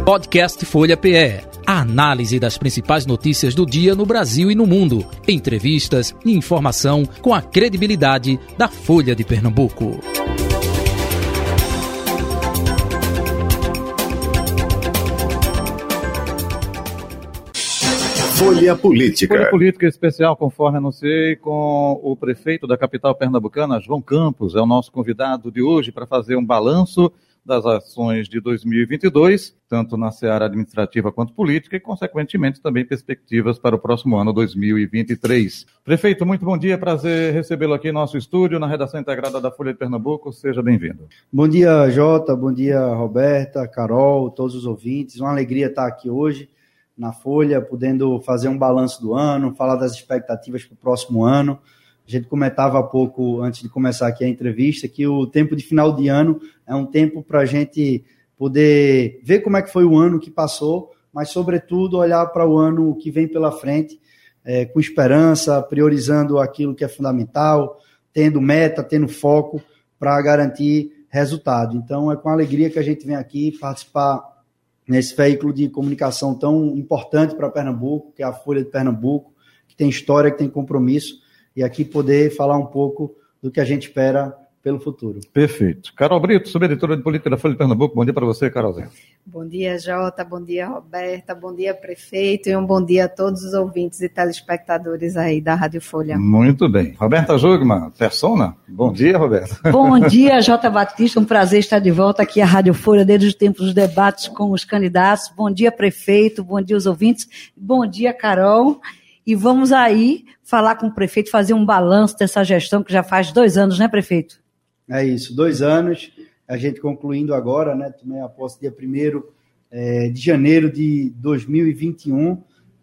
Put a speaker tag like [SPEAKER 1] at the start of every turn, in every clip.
[SPEAKER 1] Podcast Folha PE. A análise das principais notícias do dia no Brasil e no mundo. Entrevistas e informação com a credibilidade da Folha de Pernambuco.
[SPEAKER 2] Folha Política.
[SPEAKER 3] Folha Política especial, conforme anunciei, com o prefeito da capital pernambucana, João Campos, é o nosso convidado de hoje para fazer um balanço das ações de 2022, tanto na seara administrativa quanto política e, consequentemente, também perspectivas para o próximo ano 2023. Prefeito, muito bom dia, prazer recebê-lo aqui em nosso estúdio, na redação integrada da Folha de Pernambuco, seja bem-vindo.
[SPEAKER 4] Bom dia, Jota, bom dia, Roberta, Carol, todos os ouvintes, uma alegria estar aqui hoje na Folha, podendo fazer um balanço do ano, falar das expectativas para o próximo ano. A gente comentava há pouco, antes de começar aqui a entrevista, que o tempo de final de ano é um tempo para a gente poder ver como é que foi o ano que passou, mas, sobretudo, olhar para o ano que vem pela frente, com esperança, priorizando aquilo que é fundamental, tendo meta, tendo foco para garantir resultado. Então, é com alegria que a gente vem aqui participar nesse veículo de comunicação tão importante para Pernambuco, que é a Folha de Pernambuco, que tem história, que tem compromisso, e aqui poder falar um pouco do que a gente espera pelo futuro.
[SPEAKER 3] Perfeito. Carol Brito, subeditora de política da Folha de Pernambuco. Bom dia para você, Carolzinha.
[SPEAKER 5] Bom dia, Jota. Bom dia, Roberta. Bom dia, prefeito. E um bom dia a todos os ouvintes e telespectadores aí da Rádio Folha.
[SPEAKER 3] Muito bem. Roberta Jugman, persona. Bom dia, Roberta.
[SPEAKER 6] Bom dia, Jota Batista. Um prazer estar de volta aqui à Rádio Folha, desde os tempos dos debates com os candidatos. Bom dia, prefeito. Bom dia, os ouvintes. Bom dia, Carol. E vamos aí falar com o prefeito, fazer um balanço dessa gestão que já faz 2 anos, né, prefeito?
[SPEAKER 4] É isso, 2 anos, a gente concluindo agora, né, tomei a posse dia 1º de janeiro de 2021,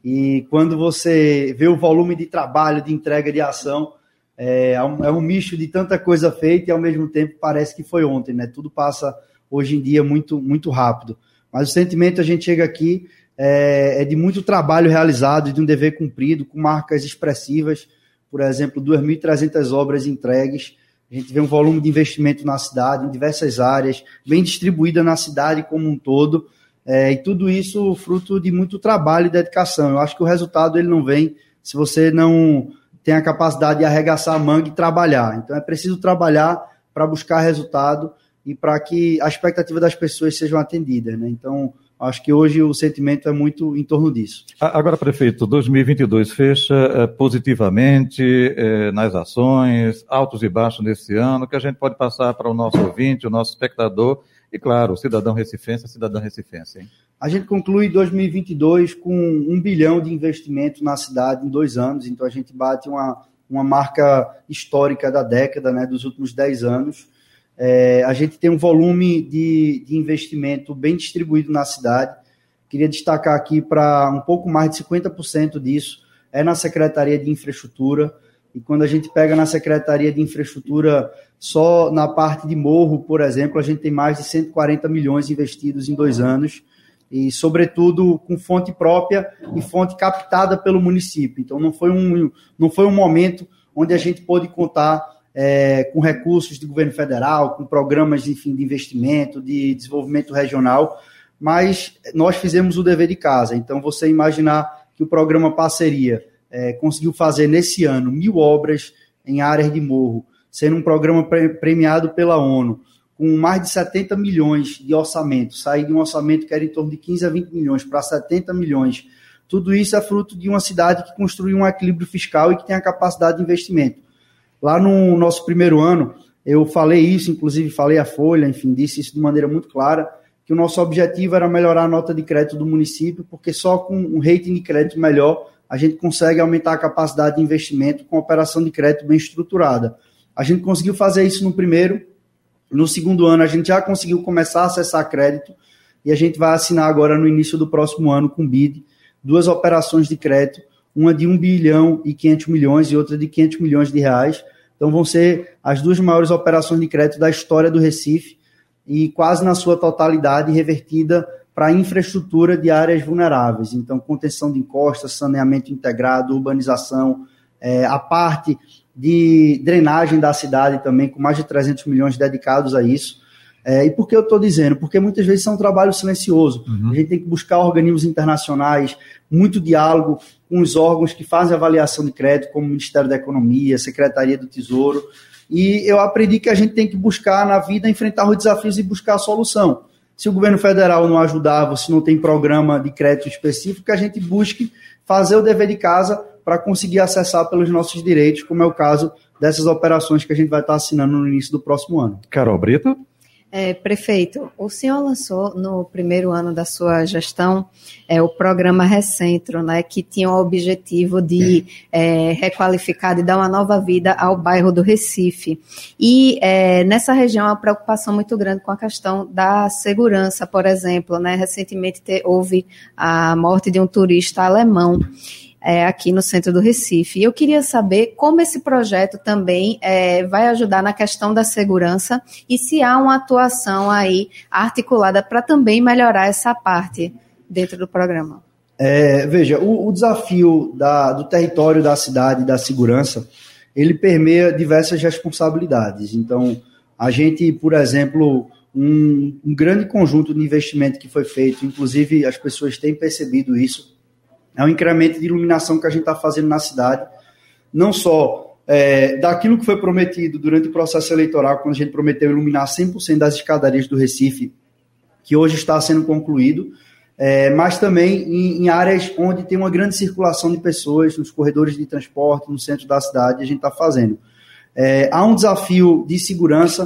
[SPEAKER 4] e quando você vê o volume de trabalho, de entrega de ação, é um misto de tanta coisa feita e, ao mesmo tempo, parece que foi ontem, né? Tudo passa, hoje em dia, muito, muito rápido. Mas o sentimento, a gente chega aqui, é de muito trabalho realizado, de um dever cumprido, com marcas expressivas, por exemplo, 2.300 obras entregues. A gente vê um volume de investimento na cidade, em diversas áreas, bem distribuída na cidade como um todo, e tudo isso fruto de muito trabalho e dedicação. Eu acho que o resultado ele não vem se você não tem a capacidade de arregaçar a manga e trabalhar. Então é preciso trabalhar para buscar resultado e para que a expectativa das pessoas sejam atendidas, né? Então, acho que hoje o sentimento é muito em torno disso.
[SPEAKER 3] Agora, prefeito, 2022 fecha positivamente nas ações, altos e baixos nesse ano, que a gente pode passar para o nosso ouvinte, o nosso espectador e, claro, o cidadão recifense, a cidadã recifense, hein?
[SPEAKER 4] A gente conclui 2022 com 1 bilhão de investimento na cidade em 2 anos, então a gente bate uma marca histórica da década, né, dos últimos 10 anos. A gente tem um volume de investimento bem distribuído na cidade. Queria destacar aqui para um pouco mais de 50% disso é na Secretaria de Infraestrutura. E quando a gente pega na Secretaria de Infraestrutura, só na parte de morro, por exemplo, a gente tem mais de 140 milhões investidos em 2 anos. E, sobretudo, com fonte própria e fonte captada pelo município. Então, não foi um momento onde a gente pôde contar com recursos do governo federal, com programas, enfim, de investimento, de desenvolvimento regional, mas nós fizemos o dever de casa. Então, você imaginar que o programa Parceria conseguiu fazer nesse ano 1.000 obras em áreas de morro, sendo um programa premiado pela ONU, com mais de 70 milhões de orçamento, sair de um orçamento que era em torno de 15 a 20 milhões para 70 milhões, tudo isso é fruto de uma cidade que construiu um equilíbrio fiscal e que tem a capacidade de investimento. Lá no nosso primeiro ano, eu falei isso, inclusive falei à Folha, enfim, disse isso de maneira muito clara, que o nosso objetivo era melhorar a nota de crédito do município, porque só com um rating de crédito melhor a gente consegue aumentar a capacidade de investimento com operação de crédito bem estruturada. A gente conseguiu fazer isso no primeiro, no segundo ano a gente já conseguiu começar a acessar crédito e a gente vai assinar agora no início do próximo ano com o BID 2 operações de crédito, uma de 1 bilhão e 500 milhões e outra de 500 milhões de reais. Então vão ser as 2 maiores operações de crédito da história do Recife e quase na sua totalidade revertida para a infraestrutura de áreas vulneráveis. Então, contenção de encostas, saneamento integrado, urbanização, a parte de drenagem da cidade também, com mais de 300 milhões dedicados a isso. E por que eu estou dizendo? Porque muitas vezes é um trabalho silencioso. A gente tem que buscar organismos internacionais, muito diálogo com os órgãos que fazem avaliação de crédito, como o Ministério da Economia, Secretaria do Tesouro. E eu aprendi que a gente tem que buscar na vida, enfrentar os desafios e buscar a solução. Se o governo federal não ajudar, se não tem programa de crédito específico, que a gente busque fazer o dever de casa para conseguir acessar pelos nossos direitos, como é o caso dessas operações que a gente vai estar assinando no início do próximo ano.
[SPEAKER 3] Carol Brito.
[SPEAKER 5] Prefeito, o senhor lançou no primeiro ano da sua gestão o programa Recentro, né, que tinha o objetivo de requalificar, de dar uma nova vida ao bairro do Recife. E nessa região há uma preocupação muito grande com a questão da segurança, por exemplo, né, recentemente houve a morte de um turista alemão aqui no centro do Recife. E eu queria saber como esse projeto também vai ajudar na questão da segurança e se há uma atuação aí articulada para também melhorar essa parte dentro do programa.
[SPEAKER 4] Veja, o desafio do território da cidade, da segurança, ele permeia diversas responsabilidades. Então, a gente, por exemplo, um grande conjunto de investimento que foi feito, inclusive as pessoas têm percebido isso, é um incremento de iluminação que a gente está fazendo na cidade, não só daquilo que foi prometido durante o processo eleitoral, quando a gente prometeu iluminar 100% das escadarias do Recife, que hoje está sendo concluído, mas também em áreas onde tem uma grande circulação de pessoas, nos corredores de transporte, no centro da cidade, a gente está fazendo. Há um desafio de segurança,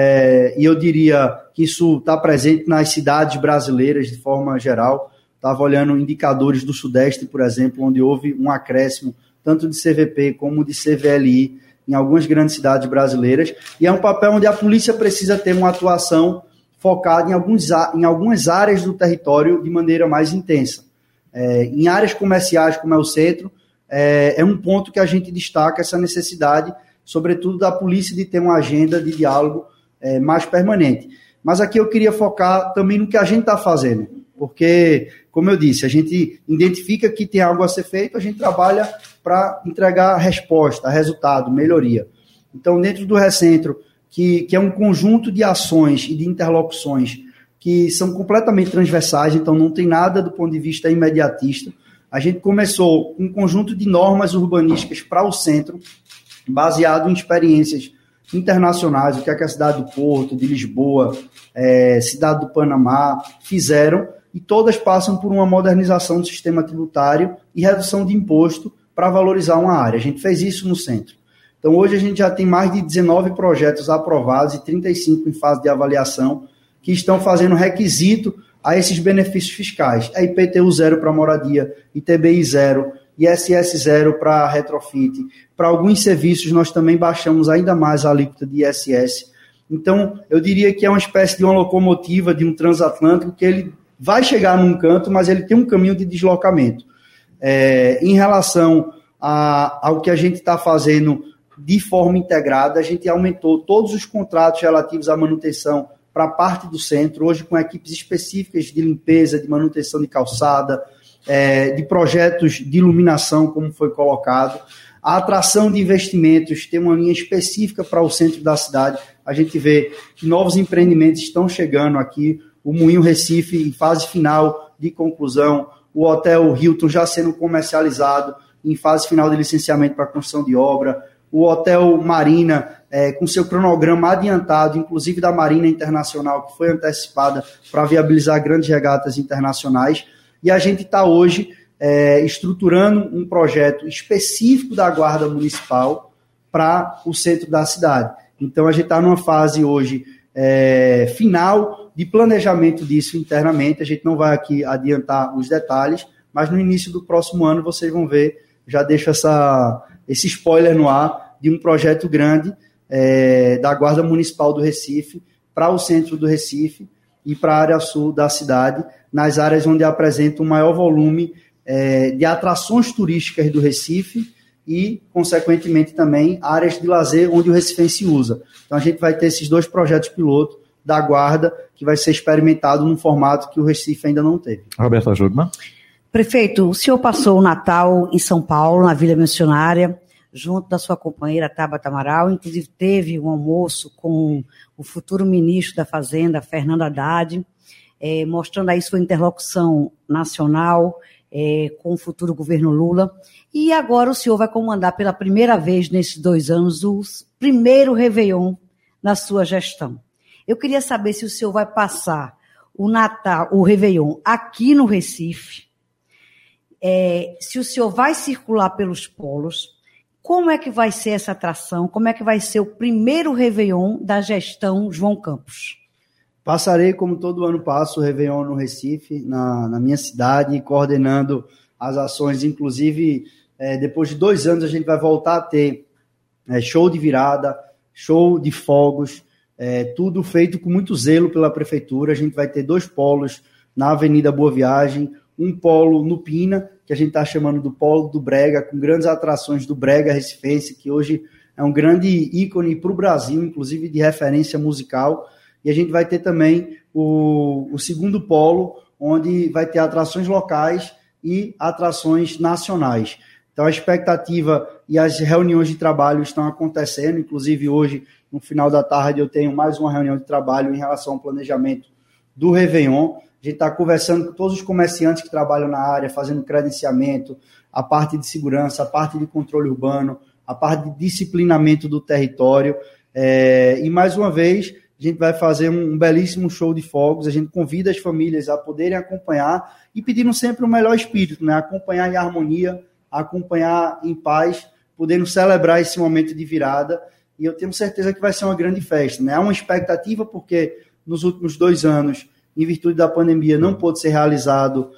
[SPEAKER 4] e eu diria que isso está presente nas cidades brasileiras de forma geral. Estava olhando indicadores do Sudeste, por exemplo, onde houve um acréscimo tanto de CVP como de CVLI em algumas grandes cidades brasileiras, e é um papel onde a polícia precisa ter uma atuação focada em algumas áreas do território de maneira mais intensa. Em áreas comerciais, como é o centro, é um ponto que a gente destaca essa necessidade, sobretudo da polícia, de ter uma agenda de diálogo mais permanente. Mas aqui eu queria focar também no que a gente está fazendo, porque, como eu disse, a gente identifica que tem algo a ser feito, a gente trabalha para entregar resposta, resultado, melhoria. Então, dentro do Recentro, que é um conjunto de ações e de interlocuções que são completamente transversais, então não tem nada do ponto de vista imediatista, a gente começou um conjunto de normas urbanísticas para o centro, baseado em experiências internacionais, o que a cidade do Porto, de Lisboa, cidade do Panamá fizeram, e todas passam por uma modernização do sistema tributário e redução de imposto para valorizar uma área. A gente fez isso no centro. Então, hoje a gente já tem mais de 19 projetos aprovados e 35 em fase de avaliação que estão fazendo requisito a esses benefícios fiscais. IPTU zero para moradia, ITBI zero, ISS zero para retrofit. Para alguns serviços, nós também baixamos ainda mais a alíquota de ISS. Então, eu diria que é uma espécie de uma locomotiva, de um transatlântico, que ele vai chegar num canto, mas ele tem um caminho de deslocamento. Em relação ao que a gente está fazendo de forma integrada, a gente aumentou todos os contratos relativos à manutenção para a parte do centro, hoje com equipes específicas de limpeza, de manutenção de calçada, de projetos de iluminação, como foi colocado. A atração de investimentos tem uma linha específica para o centro da cidade. A gente vê que novos empreendimentos estão chegando aqui, o Moinho Recife em fase final de conclusão, o Hotel Hilton já sendo comercializado em fase final de licenciamento para construção de obra, o Hotel Marina com seu cronograma adiantado, inclusive da Marina Internacional, que foi antecipada para viabilizar grandes regatas internacionais, e a gente está hoje estruturando um projeto específico da Guarda Municipal para o centro da cidade. Então a gente está numa fase hoje final de planejamento disso internamente. A gente não vai aqui adiantar os detalhes, mas no início do próximo ano vocês vão ver, já deixo esse spoiler no ar, de um projeto grande da Guarda Municipal do Recife para o centro do Recife e para a área sul da cidade, nas áreas onde apresenta um maior volume de atrações turísticas do Recife e, consequentemente, também áreas de lazer onde o recifense usa. Então, a gente vai ter esses dois projetos piloto da Guarda, que vai ser experimentado num formato que o Recife ainda não teve.
[SPEAKER 3] Roberta Jugman.
[SPEAKER 6] Prefeito, o senhor passou o Natal em São Paulo, na Vila Missionária, junto da sua companheira Tabata Amaral, inclusive teve um almoço com o futuro ministro da Fazenda, Fernando Haddad, mostrando aí sua interlocução nacional com o futuro governo Lula. E agora o senhor vai comandar pela primeira vez nesses 2 anos o primeiro Réveillon na sua gestão. Eu queria saber se o senhor vai passar o Natal, o Réveillon aqui no Recife, se o senhor vai circular pelos polos, como é que vai ser essa atração, como é que vai ser o primeiro Réveillon da gestão João Campos?
[SPEAKER 4] Passarei, como todo ano passo, o Réveillon no Recife, na minha cidade, coordenando as ações. Inclusive, depois de 2 anos, a gente vai voltar a ter show de virada, show de fogos, tudo feito com muito zelo pela prefeitura. A gente vai ter 2 polos na Avenida Boa Viagem, um polo no Pina, que a gente está chamando do Polo do Brega, com grandes atrações do Brega Recifense, que hoje é um grande ícone para o Brasil, inclusive de referência musical. E a gente vai ter também o segundo polo, onde vai ter atrações locais e atrações nacionais. Então, a expectativa e as reuniões de trabalho estão acontecendo. Inclusive, hoje, no final da tarde, eu tenho mais uma reunião de trabalho em relação ao planejamento do Réveillon. A gente está conversando com todos os comerciantes que trabalham na área, fazendo credenciamento, a parte de segurança, a parte de controle urbano, a parte de disciplinamento do território. E, mais uma vez, a gente vai fazer um belíssimo show de fogos. A gente convida as famílias a poderem acompanhar e pedindo sempre o melhor espírito, né? Acompanhar em harmonia, acompanhar em paz, podendo celebrar esse momento de virada. E eu tenho certeza que vai ser uma grande festa, né? Há uma expectativa porque nos últimos 2 anos, em virtude da pandemia, não pôde ser realizado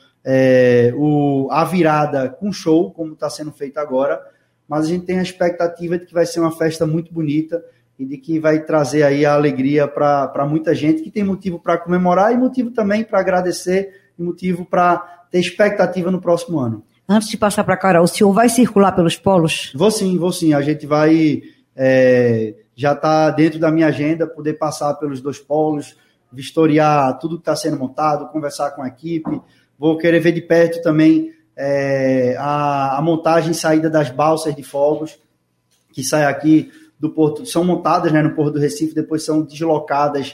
[SPEAKER 4] a virada com show, como está sendo feito agora, mas a gente tem a expectativa de que vai ser uma festa muito bonita e de que vai trazer aí a alegria para muita gente que tem motivo para comemorar e motivo também para agradecer e motivo para ter expectativa no próximo ano.
[SPEAKER 6] Antes de passar para a Carol, o senhor vai circular pelos polos?
[SPEAKER 4] Vou sim. A gente vai, já está dentro da minha agenda, poder passar pelos 2 polos, vistoriar tudo que está sendo montado, conversar com a equipe. Vou querer ver de perto também a montagem e saída das balsas de fogos, que saem aqui do Porto, são montadas, né, no Porto do Recife, depois são deslocadas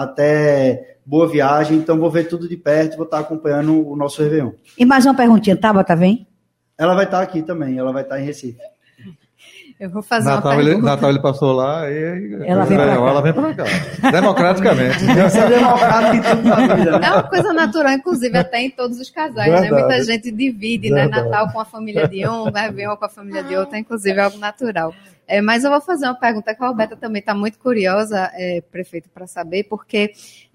[SPEAKER 4] até Boa Viagem. Então vou ver tudo de perto, vou estar acompanhando o nosso Réveillon.
[SPEAKER 6] E mais uma perguntinha, Tabata vem?
[SPEAKER 4] Ela vai estar aqui também, ela vai estar em Recife.
[SPEAKER 5] Eu vou fazer uma pergunta.
[SPEAKER 3] Natal ele passou lá e
[SPEAKER 6] ela vem para
[SPEAKER 3] cá. Democraticamente.
[SPEAKER 4] Você é democrático em tudo na vida, né?
[SPEAKER 5] É uma coisa natural, inclusive, até em todos os casais,
[SPEAKER 4] Verdade.
[SPEAKER 5] né? Muita gente divide, né? Natal com a família de um, Réveillon com a família de outro, inclusive é algo natural. Mas eu vou fazer uma pergunta que a Roberta também está muito curiosa, prefeito, para saber, porque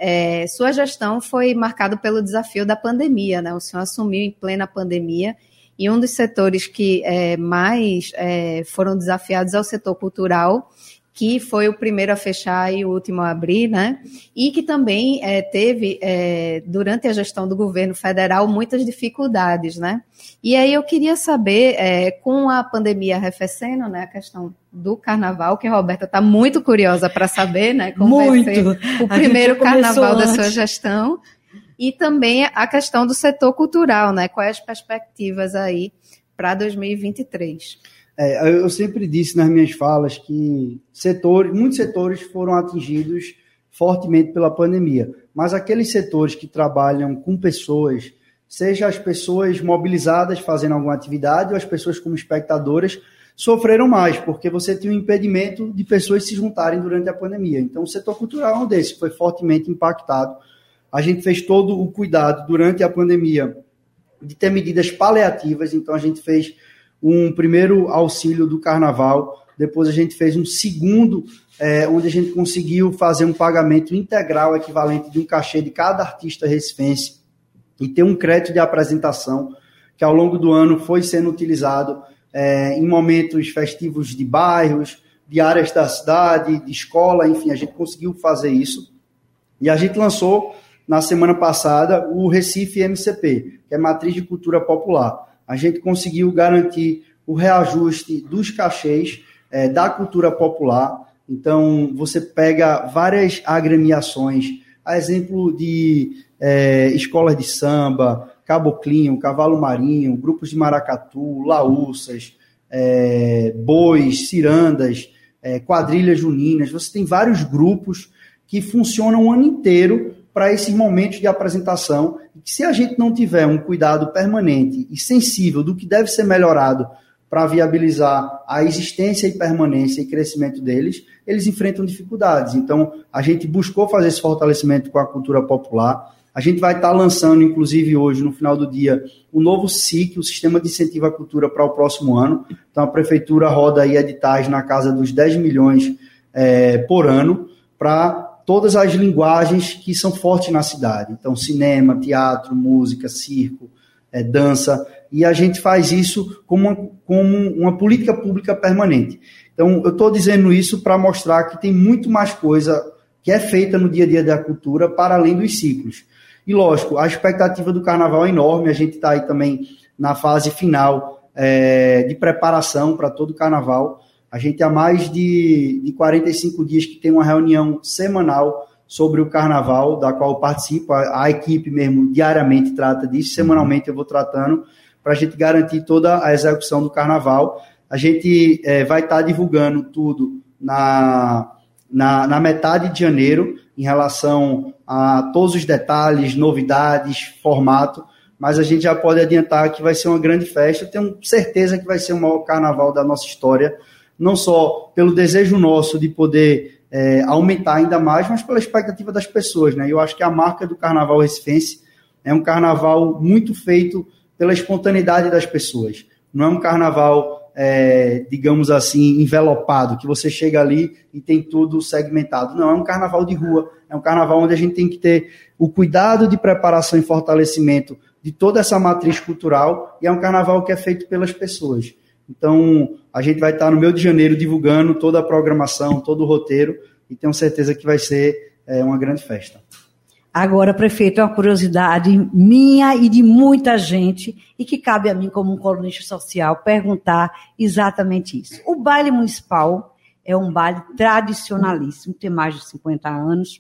[SPEAKER 5] sua gestão foi marcada pelo desafio da pandemia, né? O senhor assumiu em plena pandemia. E um dos setores que mais foram desafiados é o setor cultural, que foi o primeiro a fechar e o último a abrir, né? E que também teve, durante a gestão do governo federal, muitas dificuldades, né? E aí eu queria saber, com a pandemia arrefecendo, né, a questão do carnaval, que a Roberta está muito curiosa para saber, né? Como vai ser o primeiro carnaval da sua gestão. E também a questão do setor cultural, né? Quais as perspectivas aí para 2023?
[SPEAKER 4] Eu sempre disse nas minhas falas que muitos setores foram atingidos fortemente pela pandemia, mas aqueles setores que trabalham com pessoas, seja as pessoas mobilizadas fazendo alguma atividade ou as pessoas como espectadoras, sofreram mais, porque você tinha um impedimento de pessoas se juntarem durante a pandemia. Então, o setor cultural é um desses, foi fortemente impactado. A gente fez todo o cuidado durante a pandemia de ter medidas paliativas, então a gente fez um primeiro auxílio do carnaval, depois a gente fez um segundo, onde a gente conseguiu fazer um pagamento integral equivalente de um cachê de cada artista recifense e ter um crédito de apresentação que ao longo do ano foi sendo utilizado em momentos festivos de bairros, de áreas da cidade, de escola, enfim, a gente conseguiu fazer isso. E a gente lançou na semana passada o Recife MCP, que é Matriz de Cultura Popular. A gente conseguiu garantir o reajuste dos cachês da cultura popular. Então, você pega várias agremiações, a exemplo de escolas de samba, caboclinho, cavalo marinho, grupos de maracatu, laúças, bois, cirandas, quadrilhas juninas. Você tem vários grupos que funcionam o ano inteiro para esses momentos de apresentação, e que se a gente não tiver um cuidado permanente e sensível do que deve ser melhorado para viabilizar a existência e permanência e crescimento deles, eles enfrentam dificuldades. Então, a gente buscou fazer esse fortalecimento com a cultura popular. A gente vai estar lançando, inclusive hoje, no final do dia, o novo SIC, o Sistema de Incentivo à Cultura, para o próximo ano. Então, a Prefeitura roda aí editais na casa dos 10 milhões por ano para todas as linguagens que são fortes na cidade. Então, cinema, teatro, música, circo, dança. E a gente faz isso como uma política pública permanente. Então, eu estou dizendo isso para mostrar que tem muito mais coisa que é feita no dia a dia da cultura para além dos ciclos. E, lógico, a expectativa do carnaval é enorme. A gente está aí também na fase final de preparação para todo o carnaval. A gente há mais de 45 dias que tem uma reunião semanal sobre o carnaval, da qual eu participo. A equipe mesmo diariamente trata disso, semanalmente eu vou tratando, para a gente garantir toda a execução do carnaval. A gente vai estar divulgando tudo na metade de janeiro, em relação a todos os detalhes, novidades, formato, mas a gente já pode adiantar que vai ser uma grande festa. Eu tenho certeza que vai ser o maior carnaval da nossa história, não só pelo desejo nosso de poder aumentar ainda mais, mas pela expectativa das pessoas, né? Eu acho que a marca do carnaval recifense é um carnaval muito feito pela espontaneidade das pessoas. Não é um carnaval, digamos assim, envelopado, que você chega ali e tem tudo segmentado. Não, é um carnaval de rua, é um carnaval onde a gente tem que ter o cuidado de preparação e fortalecimento de toda essa matriz cultural, e é um carnaval que é feito pelas pessoas. Então, a gente vai estar no mês de janeiro divulgando toda a programação, todo o roteiro, e tenho certeza que vai ser uma grande festa.
[SPEAKER 6] Agora, prefeito, é uma curiosidade minha e de muita gente, e que cabe a mim, como um colunista social, perguntar exatamente isso. O baile municipal é um baile tradicionalíssimo, tem mais de 50 anos,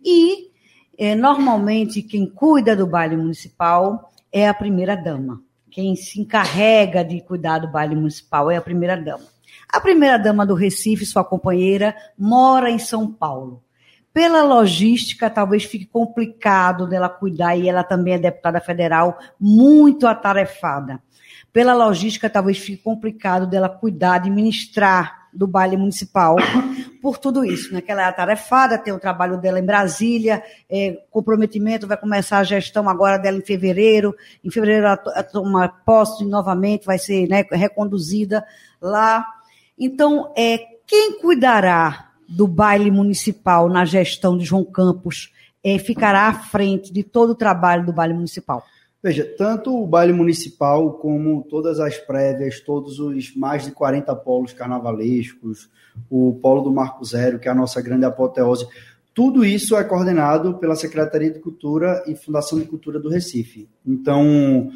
[SPEAKER 6] e normalmente quem cuida do baile municipal é a primeira-dama. Quem se encarrega de cuidar do baile municipal é a primeira-dama. A primeira-dama do Recife, sua companheira, mora em São Paulo. Pela logística, talvez fique complicado dela cuidar, e ela também é deputada federal, muito atarefada. Pela logística, talvez fique complicado dela cuidar, administrar do baile municipal, por tudo isso, né? Que ela é atarefada, tem o trabalho dela em Brasília, comprometimento, vai começar a gestão agora dela em fevereiro ela toma posse novamente, vai ser, né, reconduzida lá. Então, quem cuidará do baile municipal na gestão de João Campos ficará à frente de todo o trabalho do baile municipal?
[SPEAKER 4] Veja, tanto o baile municipal como todas as prévias, todos os mais de 40 polos carnavalescos, o polo do Marco Zero, que é a nossa grande apoteose, tudo isso é coordenado pela Secretaria de Cultura e Fundação de Cultura do Recife. Então,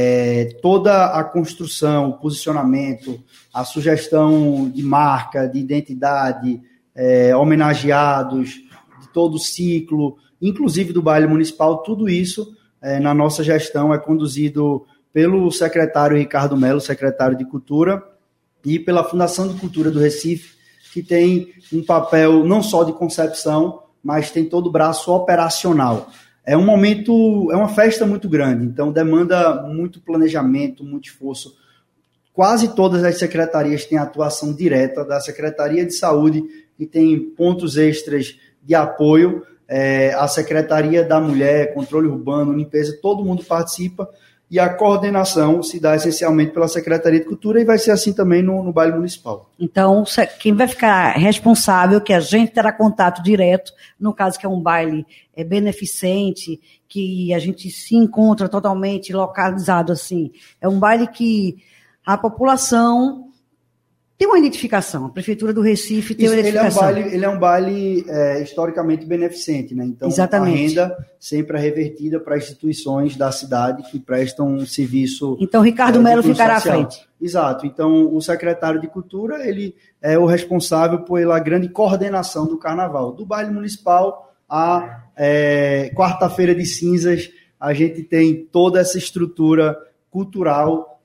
[SPEAKER 4] toda a construção, o posicionamento, a sugestão de marca, de identidade, homenageados, de todo o ciclo, inclusive do baile municipal, tudo isso na nossa gestão é conduzido pelo secretário Ricardo Melo, secretário de Cultura, e pela Fundação de Cultura do Recife, que tem um papel não só de concepção, mas tem todo o braço operacional. É uma festa muito grande, então demanda muito planejamento, muito esforço. Quase todas as secretarias têm atuação direta da Secretaria de Saúde, que tem pontos extras de apoio, a Secretaria da Mulher, Controle Urbano, Limpeza, todo mundo participa, e a coordenação se dá essencialmente pela Secretaria de Cultura, e vai ser assim também no baile municipal.
[SPEAKER 6] Então, quem vai ficar responsável, que a gente terá contato direto, no caso que é um baile beneficente, que a gente se encontra totalmente localizado assim, é um baile que a população tem uma identificação, a Prefeitura do Recife tem uma identificação.
[SPEAKER 4] Ele é um baile historicamente beneficente, né? Então,
[SPEAKER 6] exatamente.
[SPEAKER 4] A renda sempre é revertida para instituições da cidade que prestam um serviço.
[SPEAKER 6] Então, Ricardo Melo ficará à frente.
[SPEAKER 4] Exato. Então, o secretário de Cultura, ele é o responsável pela grande coordenação do carnaval. Do baile municipal à quarta-feira de cinzas, a gente tem toda essa estrutura cultural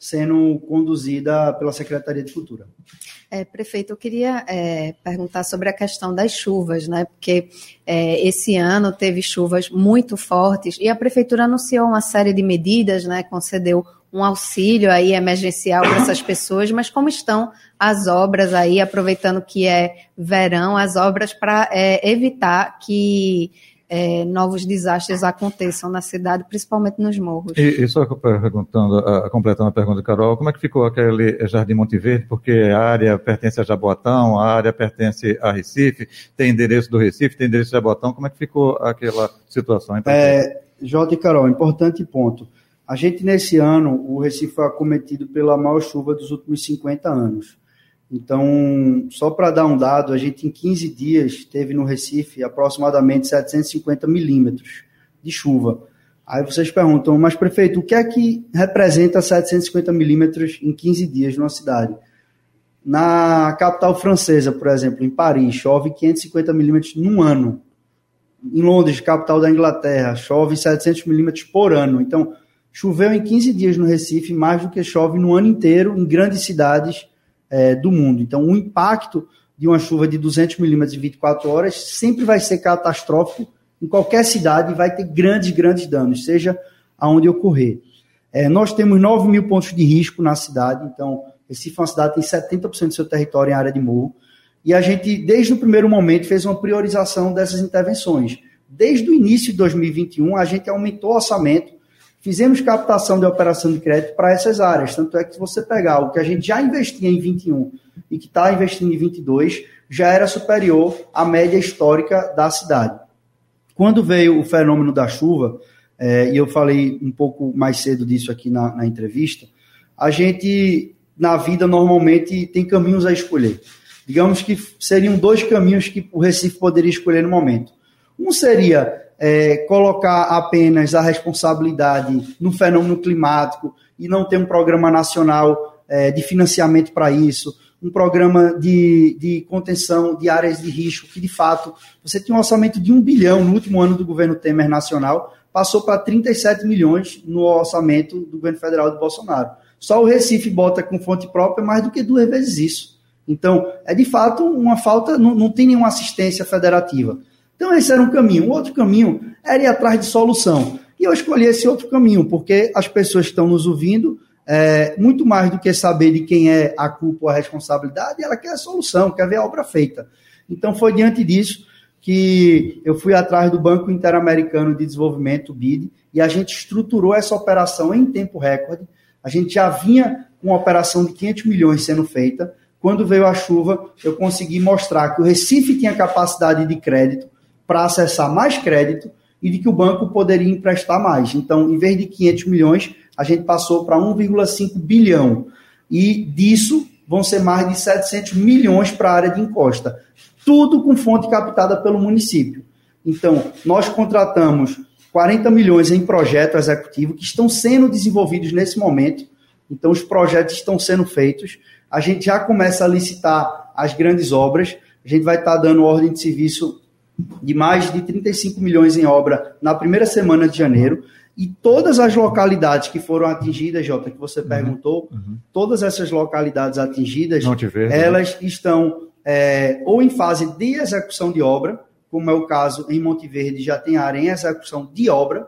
[SPEAKER 4] sendo conduzida pela Secretaria de Cultura.
[SPEAKER 5] Prefeito, eu queria perguntar sobre a questão das chuvas, né? Porque esse ano teve chuvas muito fortes e a Prefeitura anunciou uma série de medidas, né? Concedeu um auxílio aí emergencial para essas pessoas, mas como estão as obras aí, aproveitando que é verão, as obras para evitar que novos desastres aconteçam na cidade, principalmente nos morros.
[SPEAKER 3] E só completando a pergunta de Carol, como é que ficou aquele Jardim Monte Verde? Porque a área pertence a Jaboatão, a área pertence a Recife, tem endereço do Recife, tem endereço de Jaboatão, como é que ficou aquela situação?
[SPEAKER 4] Jota e Carol, importante ponto. A gente, nesse ano, o Recife foi acometido pela maior chuva dos últimos 50 anos. Então, só para dar um dado, a gente em 15 dias teve no Recife aproximadamente 750 milímetros de chuva. Aí vocês perguntam, mas prefeito, o que é que representa 750 milímetros em 15 dias numa cidade? Na capital francesa, por exemplo, em Paris, chove 550 milímetros num ano. Em Londres, capital da Inglaterra, chove 700 milímetros por ano. Então, choveu em 15 dias no Recife mais do que chove no ano inteiro em grandes cidades do mundo. Então, o impacto de uma chuva de 200 milímetros em 24 horas sempre vai ser catastrófico em qualquer cidade e vai ter grandes danos, seja aonde ocorrer. Nós temos 9 mil pontos de risco na cidade, então, Recife é uma cidade que tem 70% do seu território em área de morro, e a gente, desde o primeiro momento, fez uma priorização dessas intervenções. Desde o início de 2021, a gente aumentou o orçamento, fizemos captação de operação de crédito para essas áreas, tanto é que se você pegar o que a gente já investia em 21 e que está investindo em 22, já era superior à média histórica da cidade. Quando veio o fenômeno da chuva, e eu falei um pouco mais cedo disso aqui na entrevista, a gente, na vida, normalmente tem caminhos a escolher. Digamos que seriam 2 caminhos que o Recife poderia escolher no momento. Um seria colocar apenas a responsabilidade no fenômeno climático e não ter um programa nacional de financiamento para isso, um programa de contenção de áreas de risco, que de fato você tinha um orçamento de 1 bilhão no último ano do governo Temer nacional, passou para 37 milhões no orçamento do governo federal de Bolsonaro. Só o Recife bota com fonte própria mais do que 2 vezes isso. Então, é de fato uma falta, não tem nenhuma assistência federativa. Então, esse era um caminho. O outro caminho era ir atrás de solução. E eu escolhi esse outro caminho, porque as pessoas que estão nos ouvindo, muito mais do que saber de quem é a culpa ou a responsabilidade, ela quer a solução, quer ver a obra feita. Então, foi diante disso que eu fui atrás do Banco Interamericano de Desenvolvimento, o BID, e a gente estruturou essa operação em tempo recorde. A gente já vinha com uma operação de 500 milhões sendo feita. Quando veio a chuva, eu consegui mostrar que o Recife tinha capacidade de crédito para acessar mais crédito e de que o banco poderia emprestar mais. Então, em vez de 500 milhões, a gente passou para 1,5 bilhão. E disso vão ser mais de 700 milhões para a área de encosta. Tudo com fonte captada pelo município. Então, nós contratamos 40 milhões em projeto executivo que estão sendo desenvolvidos nesse momento. Então, os projetos estão sendo feitos. A gente já começa a licitar as grandes obras. A gente vai estar dando ordem de serviço de mais de 35 milhões em obra na primeira semana de janeiro, e todas as localidades que foram atingidas, Jota, que você perguntou, todas essas localidades atingidas, elas estão ou em fase de execução de obra, como é o caso em Monte Verde, já tem área em execução de obra,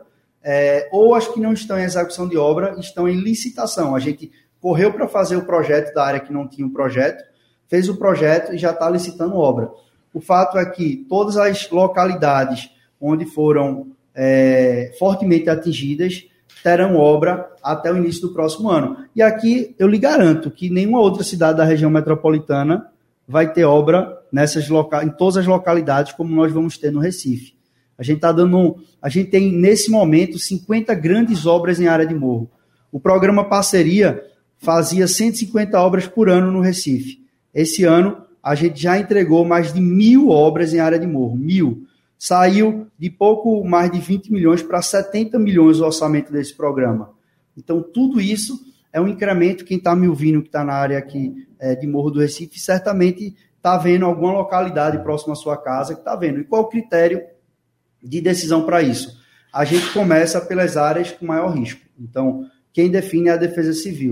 [SPEAKER 4] ou as que não estão em execução de obra estão em licitação. A gente correu para fazer o projeto da área que não tinha um projeto, fez o projeto e já está licitando obra. O fato é que todas as localidades onde foram fortemente atingidas terão obra até o início do próximo ano. E aqui eu lhe garanto que nenhuma outra cidade da região metropolitana vai ter obra em todas as localidades como nós vamos ter no Recife. A gente tem nesse momento 50 grandes obras em área de morro. O programa Parceria fazia 150 obras por ano no Recife. Esse ano a gente já entregou mais de 1.000 obras em área de morro. 1.000. Saiu de pouco mais de 20 milhões para 70 milhões o orçamento desse programa. Então, tudo isso é um incremento. Quem está me ouvindo, que está na área aqui de Morro do Recife, certamente está vendo alguma localidade próxima à sua casa que está vendo. E qual o critério de decisão para isso? A gente começa pelas áreas com maior risco. Então, quem define é a Defesa Civil.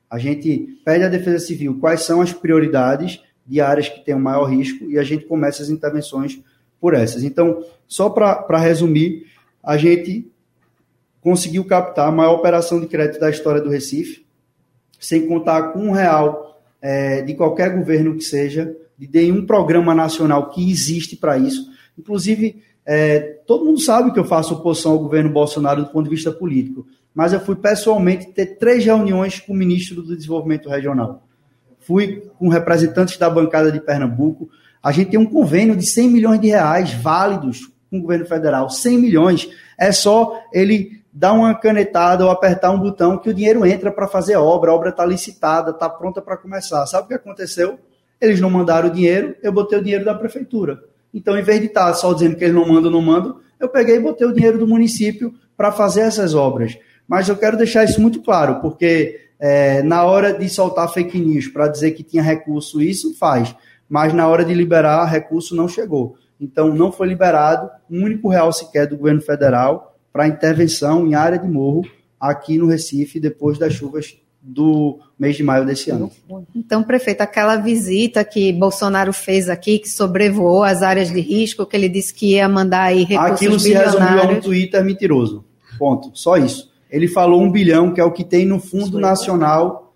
[SPEAKER 4] A gente pede à Defesa Civil quais são as prioridades de áreas que têm o maior risco e a gente começa as intervenções por essas. Então, só para resumir, a gente conseguiu captar a maior operação de crédito da história do Recife, sem contar com R$1 de qualquer governo que seja, de nenhum programa nacional que existe para isso. Inclusive, todo mundo sabe que eu faço oposição ao governo Bolsonaro do ponto de vista político, mas eu fui pessoalmente ter 3 reuniões com o ministro do Desenvolvimento Regional. Fui com representantes da bancada de Pernambuco. A gente tem um convênio de R$100 milhões válidos com o governo federal. 100 milhões. É só ele dar uma canetada ou apertar um botão que o dinheiro entra para fazer a obra está licitada, está pronta para começar. Sabe o que aconteceu? Eles não mandaram o dinheiro, eu botei o dinheiro da prefeitura. Então, em vez de estar só dizendo que eles não mandam, eu peguei e botei o dinheiro do município para fazer essas obras. Mas eu quero deixar isso muito claro, porque na hora de soltar fake news para dizer que tinha recurso, isso faz. Mas na hora de liberar, recurso não chegou. Então, não foi liberado um único real sequer do governo federal para intervenção em área de morro aqui no Recife, depois das chuvas do mês de maio desse ano.
[SPEAKER 5] Então, prefeito, aquela visita que Bolsonaro fez aqui, que sobrevoou as áreas de risco, que ele disse que ia mandar aí recursos
[SPEAKER 4] bilionários. Aquilo se resumiu a um Twitter mentiroso. Ponto. Só isso. Ele falou 1 bilhão, que é o que tem no Fundo Nacional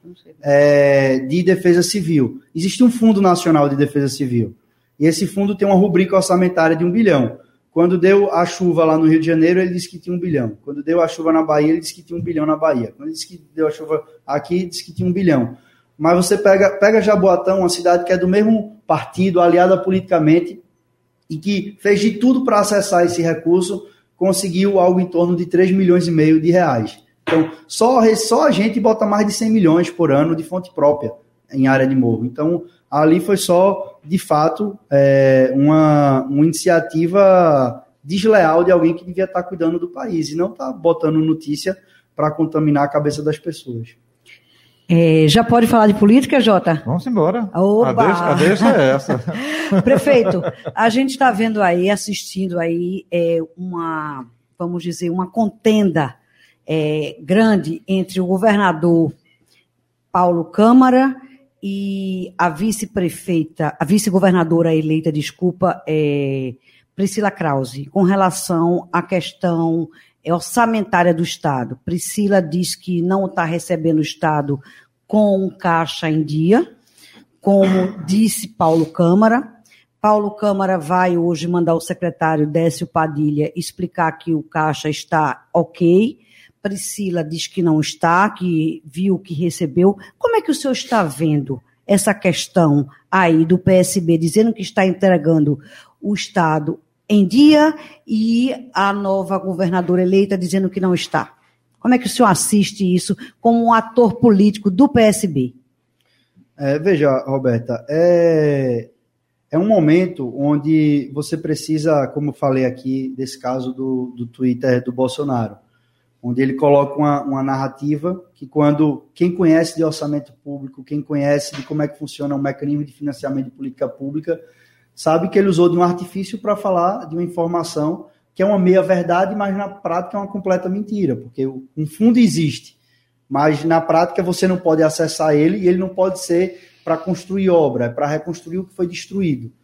[SPEAKER 4] de Defesa Civil. Existe um Fundo Nacional de Defesa Civil. E esse fundo tem uma rubrica orçamentária de 1 bilhão. Quando deu a chuva lá no Rio de Janeiro, ele disse que tinha 1 bilhão. Quando deu a chuva na Bahia, ele disse que tinha 1 bilhão na Bahia. Quando ele disse que deu a chuva aqui, ele disse que tinha 1 bilhão. Mas você pega Jaboatão, uma cidade que é do mesmo partido, aliada politicamente, e que fez de tudo para acessar esse recurso, conseguiu algo em torno de 3,5 milhões de reais. Então, só a gente bota mais de 100 milhões por ano de fonte própria em área de morro. Então, ali foi só, de fato, uma iniciativa desleal de alguém que devia estar cuidando do país e não está botando notícia para contaminar a cabeça das pessoas.
[SPEAKER 6] Já pode falar de política, Jota?
[SPEAKER 3] Vamos embora.
[SPEAKER 6] Oba!
[SPEAKER 3] A deixa é essa.
[SPEAKER 6] Prefeito, a gente está vendo aí, assistindo aí uma contenda grande entre o governador Paulo Câmara e a vice-governadora eleita, Priscila Krause, com relação à questão orçamentária do Estado. Priscila diz que não está recebendo o Estado com caixa em dia, como disse Paulo Câmara. Paulo Câmara vai hoje mandar o secretário Décio Padilha explicar que o caixa está ok. Priscila diz que não está, que viu que recebeu. Como é que o senhor está vendo essa questão aí do PSB, dizendo que está entregando o Estado em dia e a nova governadora eleita dizendo que não está? Como é que o senhor assiste isso como um ator político do PSB?
[SPEAKER 4] Veja, Roberta, é um momento onde você precisa, como eu falei aqui, desse caso do Twitter do Bolsonaro, onde ele coloca uma narrativa que quem conhece de orçamento público, quem conhece de como é que funciona o mecanismo de financiamento de política pública, sabe que ele usou de um artifício para falar de uma informação que é uma meia-verdade, mas na prática é uma completa mentira, porque um fundo existe, mas na prática você não pode acessar ele e ele não pode ser para construir obra, é para reconstruir o que foi destruído.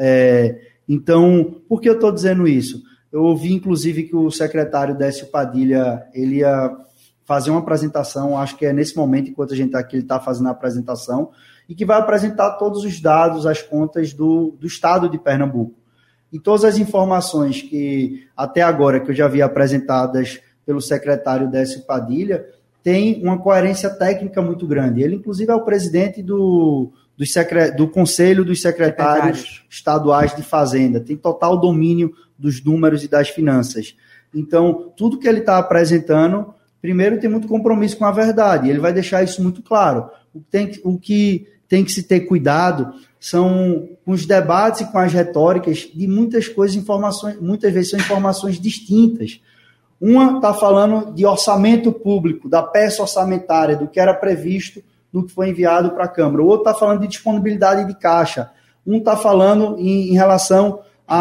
[SPEAKER 4] Então, por que eu estou dizendo isso? Eu ouvi, inclusive, que o secretário Décio Padilha ele ia fazer uma apresentação, acho que é nesse momento, enquanto a gente está aqui, ele está fazendo a apresentação, e que vai apresentar todos os dados, as contas do Estado de Pernambuco. E todas as informações que, até agora, que eu já vi apresentadas pelo secretário Décio Padilha, tem uma coerência técnica muito grande. Ele, inclusive, é o presidente do Conselho dos Secretários Estaduais de Fazenda, tem total domínio dos números e das finanças. Então, tudo que ele está apresentando, primeiro, tem muito compromisso com a verdade, ele vai deixar isso muito claro. O que tem que se ter cuidado são com os debates e com as retóricas de muitas coisas, muitas vezes são informações distintas. Uma está falando de orçamento público, da peça orçamentária, do que era previsto, do que foi enviado para a Câmara. O outro está falando de disponibilidade de caixa. Um está falando em relação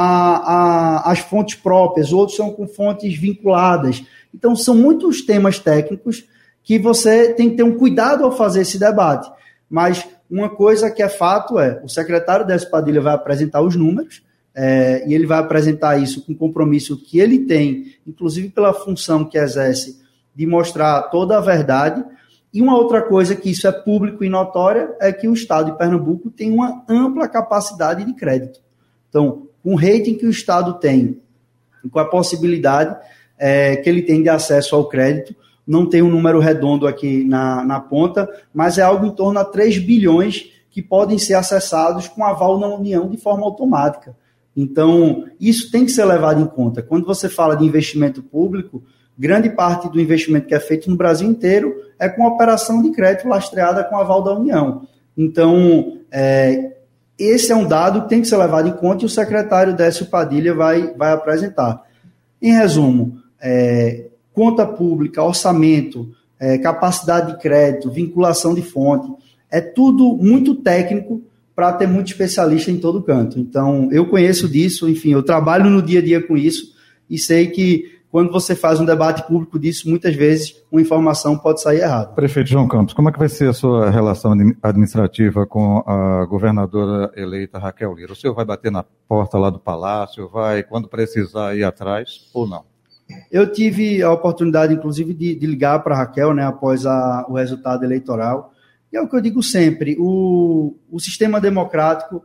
[SPEAKER 4] às fontes próprias, outros são com fontes vinculadas. Então, são muitos temas técnicos que você tem que ter um cuidado ao fazer esse debate. Mas uma coisa que é fato o secretário Décio Padilha vai apresentar os números, e ele vai apresentar isso com o compromisso que ele tem, inclusive pela função que exerce, de mostrar toda a verdade. E uma outra coisa que isso é público e notória é que o Estado de Pernambuco tem uma ampla capacidade de crédito. Então, com o rating que o Estado tem, com a possibilidade que ele tem de acesso ao crédito, não tem um número redondo aqui na ponta, mas é algo em torno a 3 bilhões que podem ser acessados com aval na União de forma automática. Então, isso tem que ser levado em conta. Quando você fala de investimento público, grande parte do investimento que é feito no Brasil inteiro é com operação de crédito lastreada com aval da União. Então, esse é um dado que tem que ser levado em conta e o secretário Décio Padilha vai apresentar. Em resumo, conta pública, orçamento, capacidade de crédito, vinculação de fonte, é tudo muito técnico para ter muito especialista em todo canto. Então, eu conheço disso, enfim, eu trabalho no dia a dia com isso e sei que quando você faz um debate público disso, muitas vezes uma informação pode sair errada.
[SPEAKER 3] Prefeito João Campos, como é que vai ser a sua relação administrativa com a governadora eleita Raquel Lira? O senhor vai bater na porta lá do Palácio, vai, quando precisar, ir atrás ou não?
[SPEAKER 4] Eu tive a oportunidade, inclusive, de ligar para a Raquel, após o resultado eleitoral. E é o que eu digo sempre, o sistema democrático,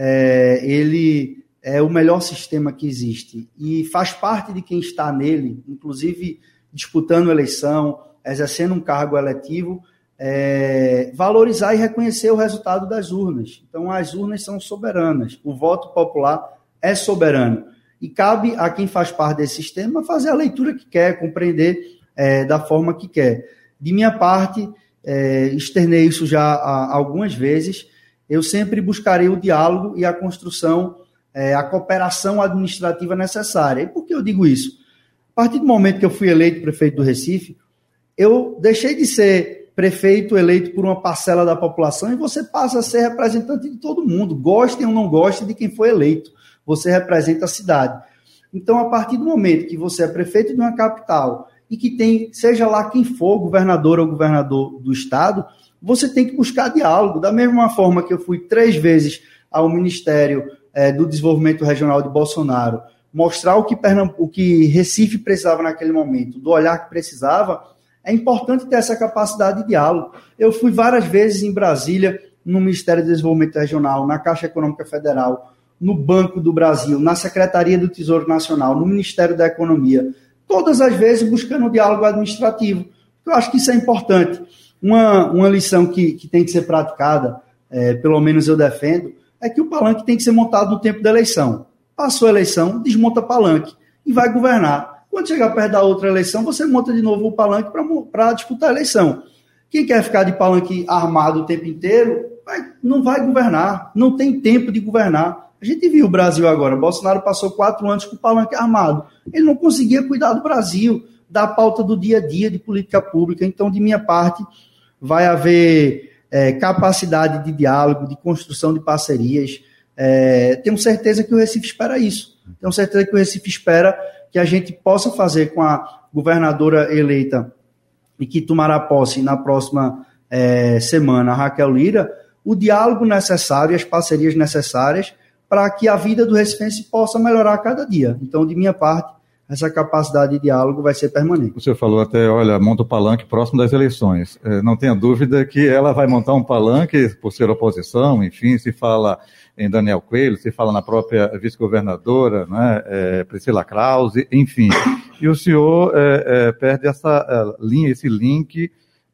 [SPEAKER 4] ele é o melhor sistema que existe. E faz parte de quem está nele, inclusive disputando eleição, exercendo um cargo eletivo, valorizar e reconhecer o resultado das urnas. Então, as urnas são soberanas. O voto popular é soberano. E cabe a quem faz parte desse sistema fazer a leitura que quer, compreender da forma que quer. De minha parte, externei isso já algumas vezes, eu sempre buscarei o diálogo e a construção, a cooperação administrativa necessária. E por que eu digo isso? A partir do momento que eu fui eleito prefeito do Recife, eu deixei de ser prefeito eleito por uma parcela da população e você passa a ser representante de todo mundo, gostem ou não gostem de quem foi eleito. Você representa a cidade. Então, a partir do momento que você é prefeito de uma capital e que tem, seja lá quem for, governador ou governador do estado, você tem que buscar diálogo. Da mesma forma que eu fui 3 vezes ao Ministério do Desenvolvimento Regional de Bolsonaro, mostrar o que Recife precisava naquele momento, do olhar que precisava, é importante ter essa capacidade de diálogo. Eu fui várias vezes em Brasília, no Ministério do Desenvolvimento Regional, na Caixa Econômica Federal, no Banco do Brasil, na Secretaria do Tesouro Nacional, no Ministério da Economia, todas as vezes buscando o diálogo administrativo. Eu acho que isso é importante. Uma lição que tem que ser praticada, pelo menos eu defendo, é que o palanque tem que ser montado no tempo da eleição. Passou a eleição, desmonta o palanque e vai governar. Quando chegar perto da outra eleição, você monta de novo o palanque para disputar a eleição. Quem quer ficar de palanque armado o tempo inteiro, não vai governar, não tem tempo de governar. A gente viu o Brasil agora, Bolsonaro passou 4 anos com o palanque armado. Ele não conseguia cuidar do Brasil, da pauta do dia a dia de política pública. Então, de minha parte, vai haver capacidade de diálogo, de construção de parcerias. Tenho certeza que o Recife espera isso. Tenho certeza que o Recife espera que a gente possa fazer com a governadora eleita e que tomará posse na próxima semana, a Raquel Lira, o diálogo necessário e as parcerias necessárias para que a vida do recifense possa melhorar a cada dia. Então, de minha parte, essa capacidade de diálogo vai ser permanente.
[SPEAKER 3] O senhor falou até, monta o palanque próximo das eleições. Não tenha dúvida que ela vai montar um palanque por ser oposição, enfim, se fala em Daniel Coelho, se fala na própria vice-governadora, Priscila Krause, enfim. E o senhor perde essa linha, esse link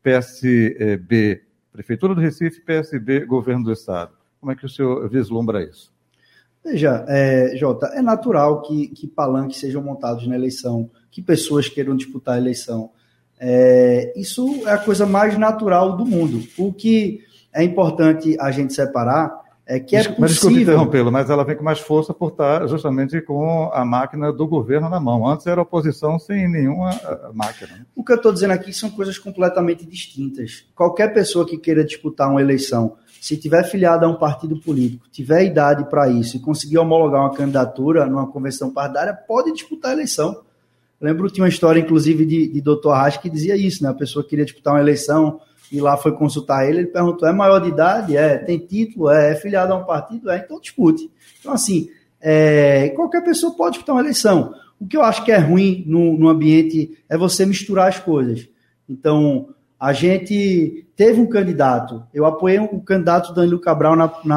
[SPEAKER 3] PSB, Prefeitura do Recife, PSB, Governo do Estado. Como é que o senhor vislumbra isso?
[SPEAKER 4] Veja, Jota, é natural que palanques sejam montados na eleição, que pessoas queiram disputar a eleição. Isso é a coisa mais natural do mundo. O que é importante a gente separar é que é possível... Mas desculpe
[SPEAKER 3] interrompê-lo, mas ela vem com mais força por estar justamente com a máquina do governo na mão. Antes era oposição sem nenhuma máquina.
[SPEAKER 4] O que eu estou dizendo aqui são coisas completamente distintas. Qualquer pessoa que queira disputar uma eleição, se tiver filiado a um partido político, tiver idade para isso e conseguir homologar uma candidatura numa convenção partidária, pode disputar a eleição. Lembro, tinha uma história, inclusive, de Dr. Arraes que dizia isso, né? A pessoa queria disputar uma eleição e lá foi consultar ele perguntou, é maior de idade? Tem título? É filiado a um partido? Então dispute. Então, assim, qualquer pessoa pode disputar uma eleição. O que eu acho que é ruim no ambiente é você misturar as coisas. Então, a gente teve um candidato, eu apoiei o candidato Danilo Cabral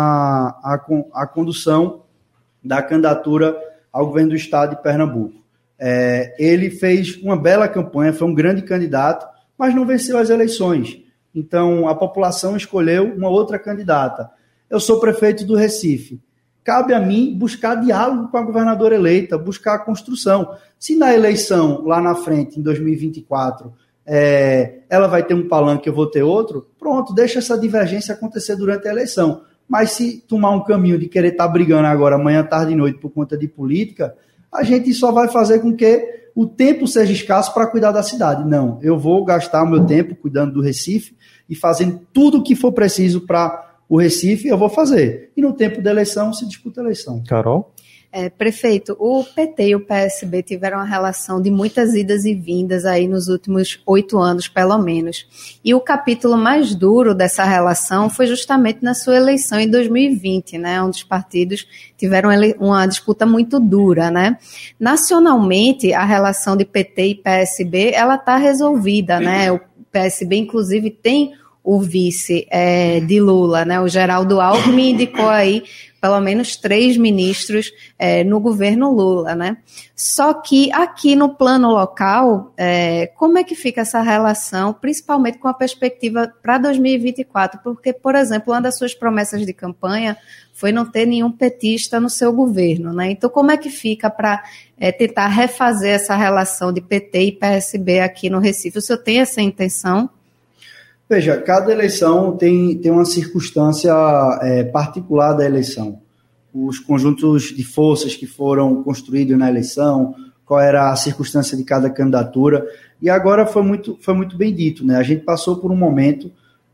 [SPEAKER 4] na condução da candidatura ao governo do estado de Pernambuco. Ele fez uma bela campanha, foi um grande candidato, mas não venceu as eleições. Então, a população escolheu uma outra candidata. Eu sou prefeito do Recife. Cabe a mim buscar diálogo com a governadora eleita, buscar a construção. Se na eleição, lá na frente, em 2024, ela vai ter um palanque, eu vou ter outro, pronto, deixa essa divergência acontecer durante a eleição. Mas se tomar um caminho de querer estar brigando agora, manhã, tarde e noite, por conta de política, a gente só vai fazer com que o tempo seja escasso para cuidar da cidade. Não, eu vou gastar o meu tempo cuidando do Recife e fazendo tudo o que for preciso para o Recife, eu vou fazer. E no tempo da eleição, se disputa a eleição.
[SPEAKER 3] Carol?
[SPEAKER 5] Prefeito, o PT e o PSB tiveram uma relação de muitas idas e vindas aí nos últimos 8 anos, pelo menos. E o capítulo mais duro dessa relação foi justamente na sua eleição em 2020, né, onde os partidos tiveram uma disputa muito dura, né. Nacionalmente, a relação de PT e PSB, ela está resolvida, né, o PSB, inclusive, tem o vice de Lula, né, o Geraldo Alckmin indicou aí pelo menos 3 ministros no governo Lula, né? Só que aqui no plano local, como é que fica essa relação, principalmente com a perspectiva para 2024? Porque, por exemplo, uma das suas promessas de campanha foi não ter nenhum petista no seu governo, né? Então, como é que fica para tentar refazer essa relação de PT e PSB aqui no Recife? O senhor tem essa intenção?
[SPEAKER 4] Veja, cada eleição tem uma circunstância particular da eleição. Os conjuntos de forças que foram construídos na eleição, qual era a circunstância de cada candidatura. E agora foi muito bem dito, né? A gente passou por um momento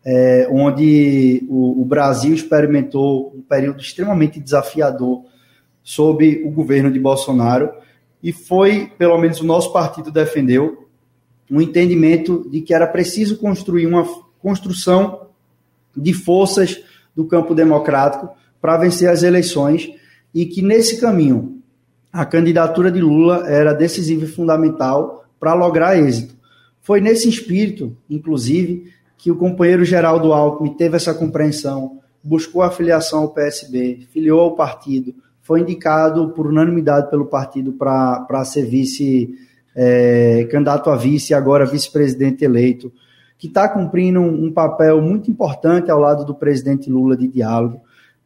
[SPEAKER 4] onde o Brasil experimentou um período extremamente desafiador sob o governo de Bolsonaro e foi, pelo menos o nosso partido defendeu, um entendimento de que era preciso construir uma construção de forças do campo democrático para vencer as eleições e que nesse caminho a candidatura de Lula era decisiva e fundamental para lograr êxito. Foi nesse espírito, inclusive, que o companheiro Geraldo Alckmin teve essa compreensão, buscou a filiação ao PSB, filiou ao partido, foi indicado por unanimidade pelo partido para ser candidato a vice e agora vice-presidente eleito, que está cumprindo um papel muito importante ao lado do presidente Lula de diálogo.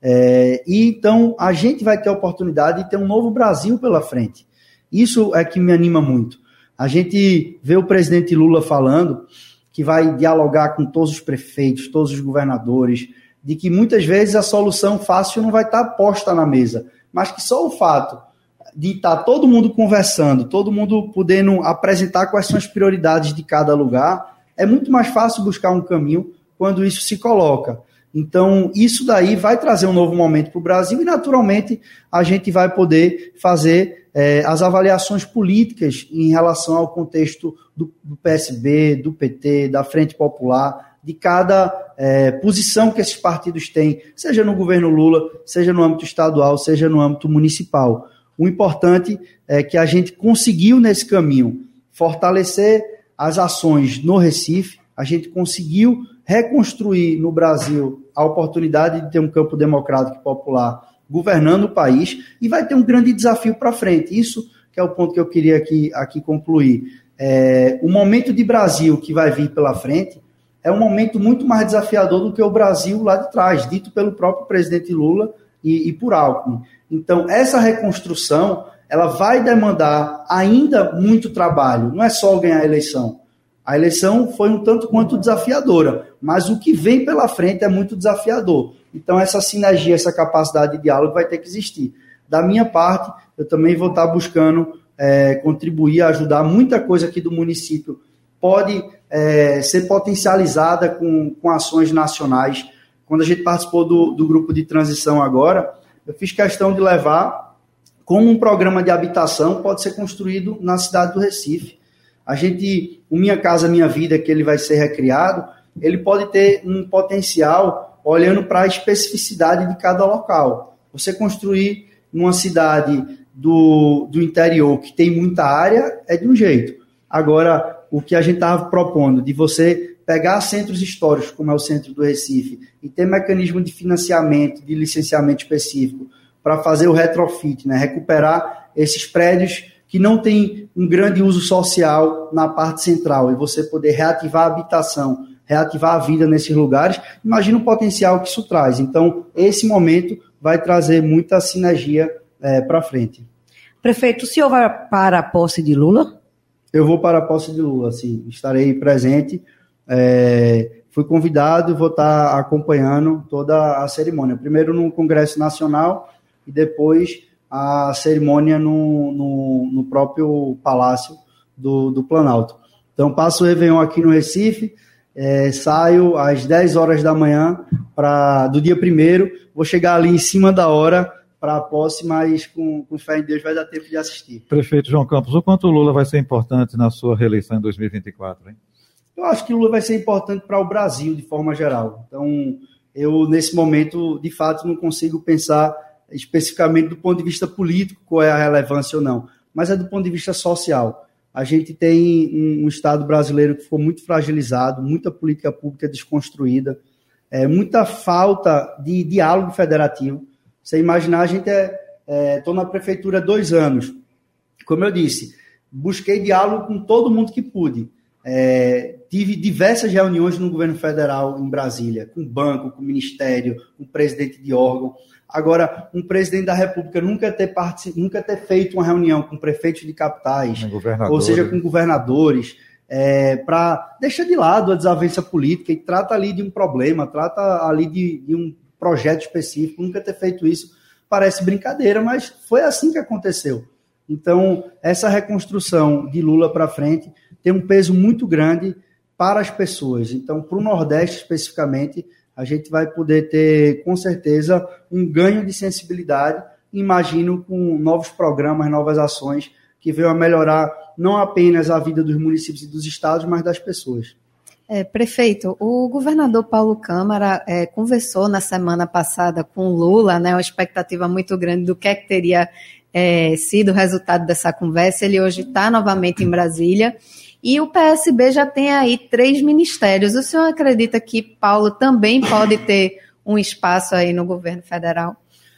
[SPEAKER 4] E então a gente vai ter a oportunidade de ter um novo Brasil pela frente. Isso é que me anima muito. A gente vê o presidente Lula falando que vai dialogar com todos os prefeitos, todos os governadores, de que muitas vezes a solução fácil não vai estar posta na mesa, mas que só o fato de estar todo mundo conversando, todo mundo podendo apresentar quais são as prioridades de cada lugar, é muito mais fácil buscar um caminho quando isso se coloca. Então, isso daí vai trazer um novo momento para o Brasil e, naturalmente, a gente vai poder fazer as avaliações políticas em relação ao contexto do PSB, do PT, da Frente Popular, de cada posição que esses partidos têm, seja no governo Lula, seja no âmbito estadual, seja no âmbito municipal. O importante é que a gente conseguiu, nesse caminho, fortalecer as ações no Recife, a gente conseguiu reconstruir no Brasil a oportunidade de ter um campo democrático e popular governando o país e vai ter um grande desafio para frente. Isso que é o ponto que eu queria aqui concluir. O momento de Brasil que vai vir pela frente é um momento muito mais desafiador do que o Brasil lá de trás, dito pelo próprio presidente Lula e por Alckmin. Então, essa reconstrução, ela vai demandar ainda muito trabalho. Não é só ganhar a eleição. A eleição foi um tanto quanto desafiadora, mas o que vem pela frente é muito desafiador. Então, essa sinergia, essa capacidade de diálogo vai ter que existir. Da minha parte, eu também vou estar buscando contribuir, ajudar. Muita coisa aqui do município pode ser potencializada com ações nacionais. Quando a gente participou do grupo de transição agora, eu fiz questão de levar como um programa de habitação pode ser construído na cidade do Recife. O Minha Casa Minha Vida, que ele vai ser recriado, ele pode ter um potencial olhando para a especificidade de cada local. Você construir numa cidade do interior que tem muita área é de um jeito. Agora, o que a gente estava propondo de você pegar centros históricos, como é o centro do Recife, e ter mecanismo de financiamento, de licenciamento específico, para fazer o retrofit, né? Recuperar esses prédios que não têm um grande uso social na parte central, e você poder reativar a habitação, reativar a vida nesses lugares. Imagina o potencial que isso traz. Então, esse momento vai trazer muita sinergia para frente.
[SPEAKER 6] Prefeito, o senhor vai para a posse de Lula?
[SPEAKER 4] Eu vou para a posse de Lula, sim. Estarei presente. Fui convidado e vou estar acompanhando toda a cerimônia. Primeiro no Congresso Nacional e depois a cerimônia no próprio Palácio do Planalto. Então, passo o Réveillon aqui no Recife, saio às 10 horas da manhã do dia 1º, vou chegar ali em cima da hora para a posse, mas com fé em Deus vai dar tempo de assistir.
[SPEAKER 3] Prefeito João Campos, o quanto o Lula vai ser importante na sua reeleição em 2024, hein?
[SPEAKER 4] Eu acho que o Lula vai ser importante para o Brasil de forma geral. Então, eu nesse momento, de fato, não consigo pensar especificamente do ponto de vista político qual é a relevância ou não, mas é do ponto de vista social. A gente tem um Estado brasileiro que ficou muito fragilizado, muita política pública desconstruída, muita falta de diálogo federativo. Você imaginar, a gente estou na prefeitura há 2 anos. Como eu disse, busquei diálogo com todo mundo que pude. Tive diversas reuniões no governo federal em Brasília, com banco, com ministério, com presidente de órgão. Agora, um presidente da República nunca ter feito uma reunião com prefeitos de capitais, ou seja, com governadores, para deixar de lado a desavença política e trata ali de um problema, trata ali de um projeto específico, nunca ter feito isso. Parece brincadeira, mas foi assim que aconteceu. Então, essa reconstrução de Lula para frente tem um peso muito grande para as pessoas. Então, para o Nordeste especificamente, a gente vai poder ter, com certeza, um ganho de sensibilidade, imagino, com novos programas, novas ações, que venham a melhorar não apenas a vida dos municípios e dos estados, mas das pessoas.
[SPEAKER 5] Prefeito, o governador Paulo Câmara conversou na semana passada com o Lula, né, uma expectativa muito grande do que é que teria sido o resultado dessa conversa. Ele hoje está novamente em Brasília. E o PSB já tem aí 3 ministérios. O senhor acredita que Paulo também pode ter um espaço aí no governo federal?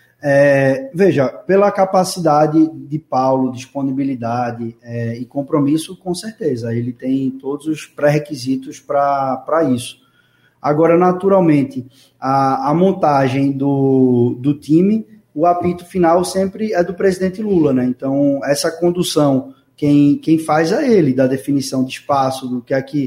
[SPEAKER 4] Veja, pela capacidade de Paulo, disponibilidade e compromisso, com certeza. Ele tem todos os pré-requisitos para isso. Agora, naturalmente, a montagem do time, o apito final sempre é do presidente Lula, né? Então, essa condução... Quem faz é ele, da definição de espaço,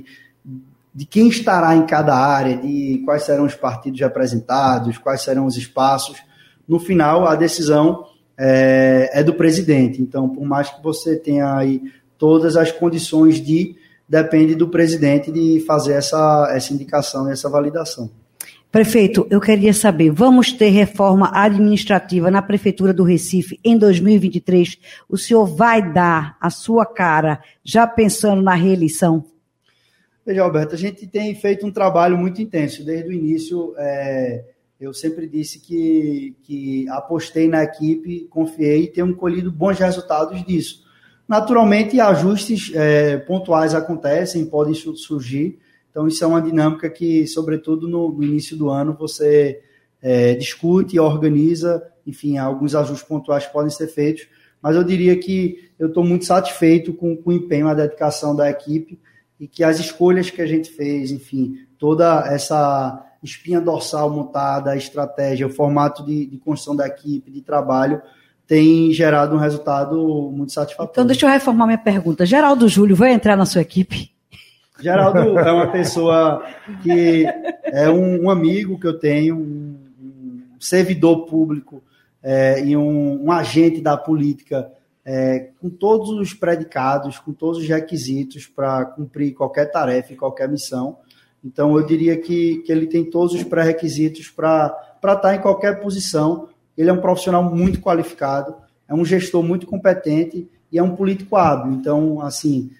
[SPEAKER 4] de quem estará em cada área, de quais serão os partidos representados, quais serão os espaços. No final, a decisão é do presidente. Então, por mais que você tenha aí todas as condições depende do presidente de fazer essa indicação e essa validação.
[SPEAKER 6] Prefeito, eu queria saber, vamos ter reforma administrativa na Prefeitura do Recife em 2023? O senhor vai dar a sua cara já pensando na reeleição?
[SPEAKER 4] Veja, Alberto, a gente tem feito um trabalho muito intenso. Desde o início, eu sempre disse que apostei na equipe, confiei e tenho colhido bons resultados disso. Naturalmente, ajustes pontuais acontecem, podem surgir. Então, isso é uma dinâmica que, sobretudo no início do ano, você discute e organiza. Enfim, alguns ajustes pontuais podem ser feitos, mas eu diria que eu estou muito satisfeito com o empenho, a dedicação da equipe e que as escolhas que a gente fez, enfim, toda essa espinha dorsal montada, a estratégia, o formato de construção da equipe, de trabalho, tem gerado um resultado muito satisfatório.
[SPEAKER 6] Então, deixa eu reformar minha pergunta. Geraldo Júlio vai entrar na sua equipe?
[SPEAKER 4] Geraldo é uma pessoa que é um amigo que eu tenho, um servidor público e um agente da política com todos os predicados, com todos os requisitos para cumprir qualquer tarefa e qualquer missão. Então, eu diria que ele tem todos os pré-requisitos para estar em qualquer posição. Ele é um profissional muito qualificado, é um gestor muito competente e é um político hábil. Então, assim,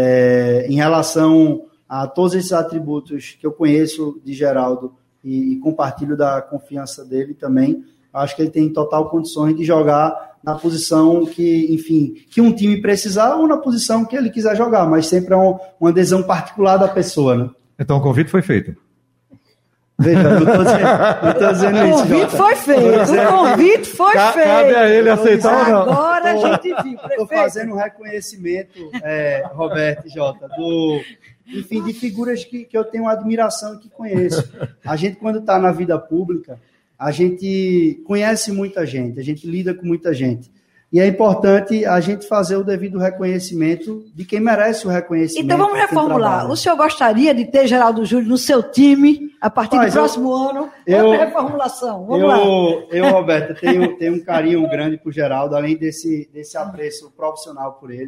[SPEAKER 4] em relação a todos esses atributos que eu conheço de Geraldo e compartilho da confiança dele também, acho que ele tem total condições de jogar na posição que, enfim, que um time precisar ou na posição que ele quiser jogar, mas sempre é uma adesão particular da pessoa, né?
[SPEAKER 3] Então o convite foi feito.
[SPEAKER 4] Veja, não estou dizendo isso.
[SPEAKER 6] O convite foi feito. O convite foi feito.
[SPEAKER 3] Cabe a ele aceitar ou não?
[SPEAKER 6] Agora a gente viu, prefeito.
[SPEAKER 4] Estou fazendo um reconhecimento, Roberto e Jota, enfim, de figuras que eu tenho admiração e que conheço. A gente, quando está na vida pública, a gente conhece muita gente, a gente lida com muita gente. E é importante a gente fazer o devido reconhecimento de quem merece o reconhecimento.
[SPEAKER 6] Então vamos reformular. O senhor gostaria de ter Geraldo Júlio no seu time a partir do próximo ano? Outra reformulação. Vamos lá.
[SPEAKER 4] Eu, Roberto, tenho um carinho grande por Geraldo, além desse apreço profissional por ele.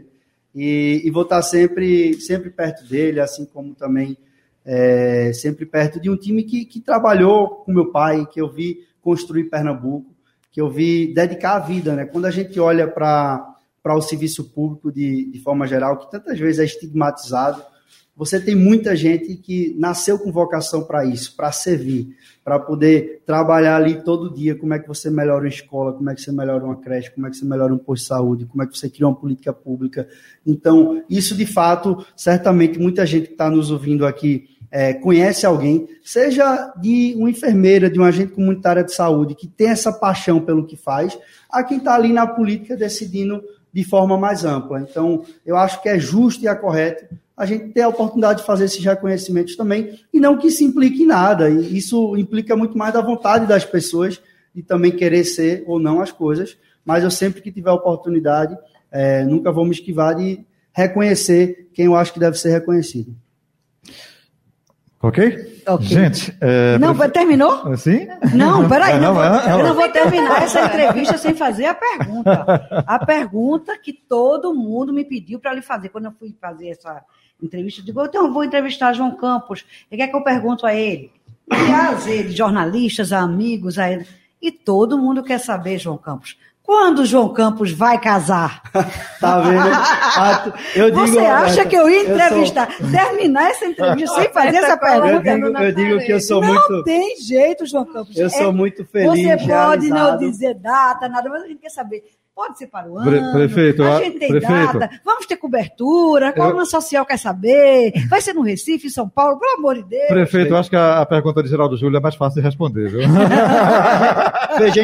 [SPEAKER 4] E vou estar sempre perto dele, assim como também sempre perto de um time que trabalhou com meu pai, que eu vi construir Pernambuco, que eu vi dedicar a vida, né? Quando a gente olha para o serviço público de forma geral, que tantas vezes é estigmatizado, você tem muita gente que nasceu com vocação para isso, para servir, para poder trabalhar ali todo dia, como é que você melhora uma escola, como é que você melhora uma creche, como é que você melhora um posto de saúde, como é que você cria uma política pública. Então, isso de fato, certamente muita gente que está nos ouvindo aqui conhece alguém, seja de uma enfermeira, de um agente comunitário de saúde, que tem essa paixão pelo que faz, a quem está ali na política decidindo de forma mais ampla. Então, eu acho que é justo e é correto a gente ter a oportunidade de fazer esses reconhecimentos também, e não que isso implique em nada. E isso implica muito mais da vontade das pessoas de também querer ser ou não as coisas, mas eu sempre que tiver a oportunidade, nunca vou me esquivar de reconhecer quem eu acho que deve ser reconhecido.
[SPEAKER 3] Ok? Gente...
[SPEAKER 6] Não, terminou?
[SPEAKER 3] Sim?
[SPEAKER 6] Não, peraí. Eu não vou terminar essa entrevista sem fazer a pergunta. A pergunta que todo mundo me pediu para lhe fazer. Quando eu fui fazer essa entrevista, eu digo, então eu vou entrevistar João Campos. E quer que eu pergunto a ele? Aliás, ele, jornalistas, amigos, a ele. E todo mundo quer saber, João Campos, quando o João Campos vai casar?
[SPEAKER 4] Tá vendo?
[SPEAKER 6] Você acha que eu ia entrevistar, terminar essa entrevista sem fazer essa pergunta?
[SPEAKER 4] Eu digo que eu sou muito...
[SPEAKER 6] Não tem jeito, João Campos.
[SPEAKER 4] Eu sou muito feliz,
[SPEAKER 6] você pode não dizer data, nada, mas a gente quer saber. Pode ser para o ano,
[SPEAKER 3] prefeito,
[SPEAKER 6] a gente tem data, vamos ter cobertura, a coluna social quer saber, vai ser no Recife, em São Paulo, pelo amor de Deus.
[SPEAKER 3] Prefeito, eu acho que a pergunta de Geraldo Júlio é mais fácil de responder, viu?
[SPEAKER 4] Veja,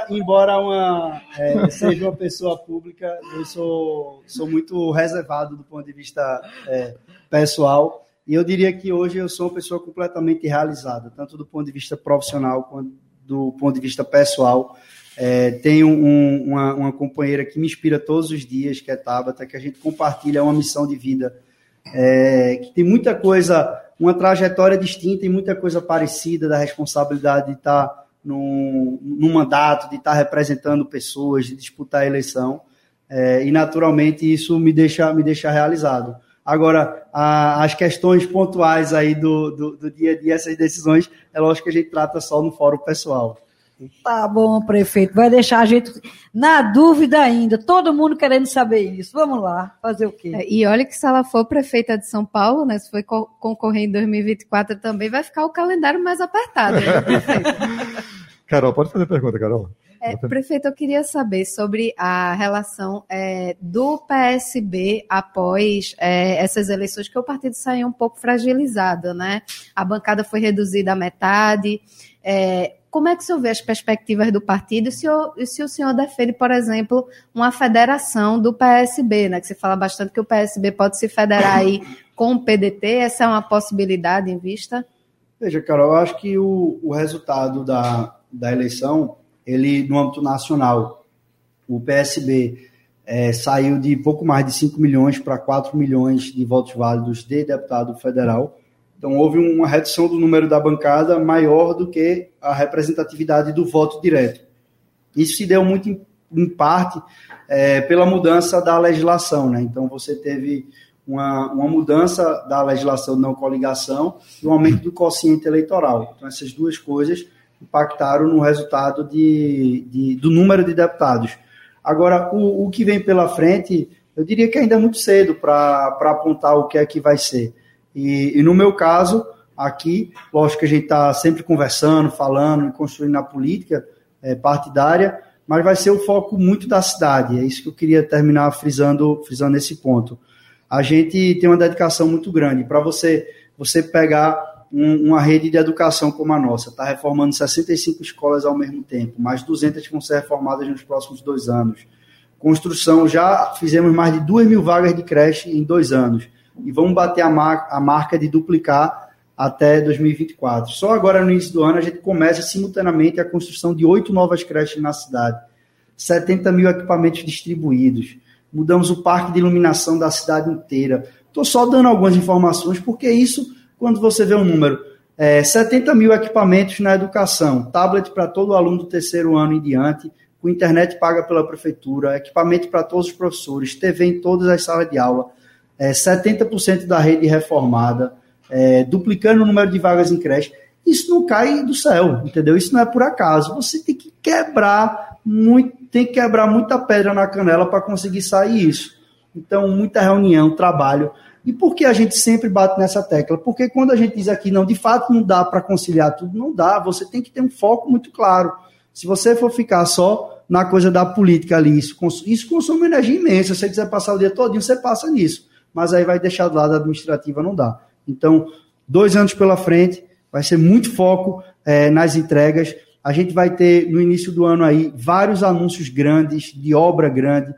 [SPEAKER 4] embora seja uma pessoa pública, eu sou muito reservado do ponto de vista pessoal, e eu diria que hoje eu sou uma pessoa completamente realizada, tanto do ponto de vista profissional quanto do ponto de vista pessoal. Tenho uma companheira que me inspira todos os dias, que é Tabata, que a gente compartilha uma missão de vida, que tem muita coisa, uma trajetória distinta e muita coisa parecida, da responsabilidade de estar num mandato, de estar representando pessoas, de disputar a eleição, e naturalmente isso me deixa realizado. Agora, as questões pontuais aí do dia a dia, essas decisões, é lógico que a gente trata só no fórum pessoal.
[SPEAKER 6] Tá bom, prefeito, vai deixar a gente na dúvida ainda, todo mundo querendo saber isso. Vamos lá, fazer o quê?
[SPEAKER 5] E olha que se ela for prefeita de São Paulo, né, se for concorrer em 2024 também, vai ficar o calendário mais apertado, né, prefeito?
[SPEAKER 3] Carol, pode fazer pergunta, Carol.
[SPEAKER 5] Prefeito, eu queria saber sobre a relação do PSB após essas eleições, que o partido saiu um pouco fragilizado, né? A bancada foi reduzida à metade. Como é que o senhor vê as perspectivas do partido e se o senhor defende, por exemplo, uma federação do PSB, né? Que você fala bastante que o PSB pode se federar aí com o PDT, essa é uma possibilidade em vista?
[SPEAKER 4] Veja, Carol, eu acho que o resultado da eleição, ele, no âmbito nacional, o PSB saiu de pouco mais de 5 milhões para 4 milhões de votos válidos de deputado federal. Então, houve uma redução do número da bancada maior do que a representatividade do voto direto. Isso se deu muito, em parte, pela mudança da legislação, né? Então, você teve uma mudança da legislação de não coligação e um aumento do quociente eleitoral. Então, essas duas coisas impactaram no resultado do número de deputados. Agora, o que vem pela frente, eu diria que ainda é muito cedo para apontar o que é que vai ser. E no meu caso, aqui, lógico que a gente está sempre conversando, falando e construindo a política partidária, mas vai ser o foco muito da cidade. É isso que eu queria terminar frisando esse ponto. A gente tem uma dedicação muito grande. Para você pegar uma rede de educação como a nossa, está reformando 65 escolas ao mesmo tempo, mais 200 vão ser reformadas nos próximos 2 anos. Construção, já fizemos mais de 2.000 vagas de creche em 2 anos, e vamos bater a marca de duplicar até 2024. Só agora, no início do ano, a gente começa simultaneamente a construção de 8 novas creches na cidade, 70 mil equipamentos distribuídos, mudamos o parque de iluminação da cidade inteira. Estou só dando algumas informações, porque isso, quando você vê um número, 70 mil equipamentos na educação, tablet para todo aluno do 3º ano em diante, com internet paga pela prefeitura, equipamento para todos os professores, TV em todas as salas de aula, 70% da rede reformada, duplicando o número de vagas em creche. Isso não cai do céu, entendeu? Isso não é por acaso. Você tem que quebrar muita pedra na canela para conseguir sair isso. Então, muita reunião, trabalho. E por que a gente sempre bate nessa tecla? Porque quando a gente diz aqui, não, de fato não dá para conciliar tudo, não dá. Você tem que ter um foco muito claro. Se você for ficar só na coisa da política ali, isso consome energia imensa. Se você quiser passar o dia todinho, você passa nisso. Mas aí vai deixar do lado administrativa, não dá. Então, 2 anos pela frente, vai ser muito foco nas entregas. A gente vai ter, no início do ano aí, vários anúncios grandes, de obra grande,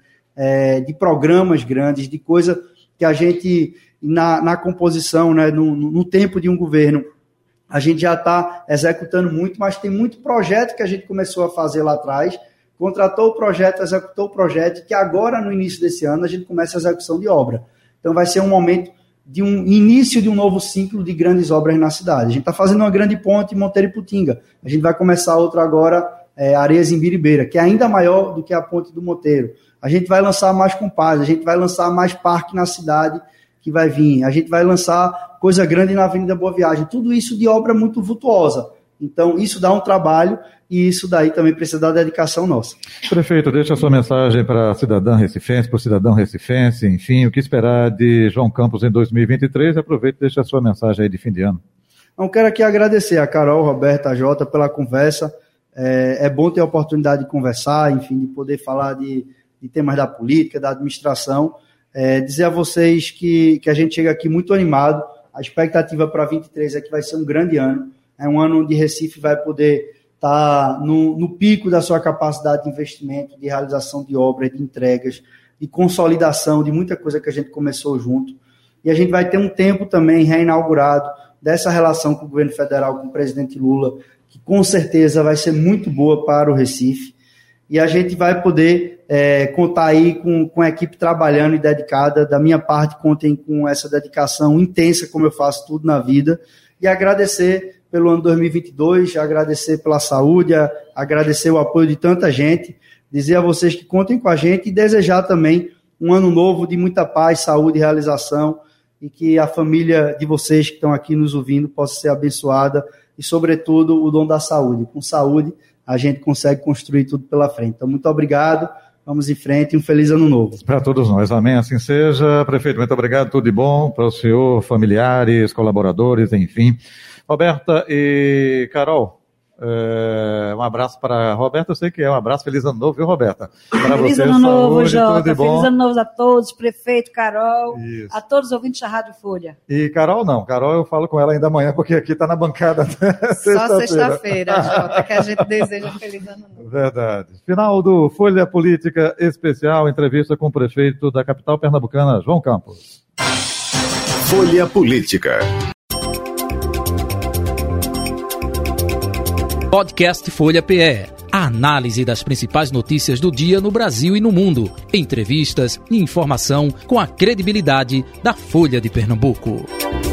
[SPEAKER 4] de programas grandes, de coisa que a gente, na composição, né, no tempo de um governo, a gente já está executando muito, mas tem muito projeto que a gente começou a fazer lá atrás, contratou o projeto, executou o projeto, que agora, no início desse ano, a gente começa a execução de obra. Então, vai ser um momento de um início de um novo ciclo de grandes obras na cidade. A gente está fazendo uma grande ponte em Monteiro e Putinga. A gente vai começar outra agora, Areias em Biribeira, que é ainda maior do que a ponte do Monteiro. A gente vai lançar mais compadres, a gente vai lançar mais parque na cidade que vai vir. A gente vai lançar coisa grande na Avenida Boa Viagem. Tudo isso de obra muito vultuosa. Então, isso dá um trabalho e isso daí também precisa da dedicação nossa. Prefeito, deixa a sua mensagem para a cidadã recifense, para o cidadão recifense, enfim, o que esperar de João Campos em 2023. Aproveita e deixa a sua mensagem aí de fim de ano. Eu quero aqui agradecer a Carol, Roberta, a Jota pela conversa. É bom ter a oportunidade de conversar, enfim, de poder falar de temas da política, da administração. Dizer a vocês que a gente chega aqui muito animado. A expectativa para 2023 é que vai ser um grande ano. É um ano onde Recife vai poder estar no pico da sua capacidade de investimento, de realização de obras, de entregas, de consolidação de muita coisa que a gente começou junto. E a gente vai ter um tempo também reinaugurado dessa relação com o governo federal, com o presidente Lula, que com certeza vai ser muito boa para o Recife. E a gente vai poder contar aí com a equipe trabalhando e dedicada. Da minha parte, contem com essa dedicação intensa, como eu faço tudo na vida. E agradecer pelo ano 2022, agradecer pela saúde, agradecer o apoio de tanta gente, dizer a vocês que contem com a gente e desejar também um ano novo de muita paz, saúde e realização, e que a família de vocês que estão aqui nos ouvindo possa ser abençoada e, sobretudo, o dom da saúde. Com saúde, a gente consegue construir tudo pela frente. Então, muito obrigado, vamos em frente e um feliz ano novo. Para todos nós, amém, assim seja. Prefeito, muito obrigado, tudo de bom para o senhor, familiares, colaboradores, enfim. Roberta e Carol, um abraço para a Roberta, eu sei que é um abraço, feliz ano novo, viu, Roberta? Para
[SPEAKER 6] feliz
[SPEAKER 4] você,
[SPEAKER 6] ano novo,
[SPEAKER 4] saúde,
[SPEAKER 6] Jota,
[SPEAKER 4] tudo de bom.
[SPEAKER 6] Feliz ano novo a todos, prefeito, Carol,
[SPEAKER 4] Isso.
[SPEAKER 6] A todos os ouvintes da Rádio Folha.
[SPEAKER 4] E Carol não, Carol eu falo com ela ainda amanhã, porque aqui está na bancada.
[SPEAKER 5] Só sexta-feira, Jota, que a gente deseja feliz ano novo.
[SPEAKER 4] Verdade. Final do Folha Política Especial, entrevista com o prefeito da capital pernambucana, João Campos.
[SPEAKER 2] Folha Política.
[SPEAKER 1] Podcast Folha PE. A análise das principais notícias do dia no Brasil e no mundo. Entrevistas e informação com a credibilidade da Folha de Pernambuco.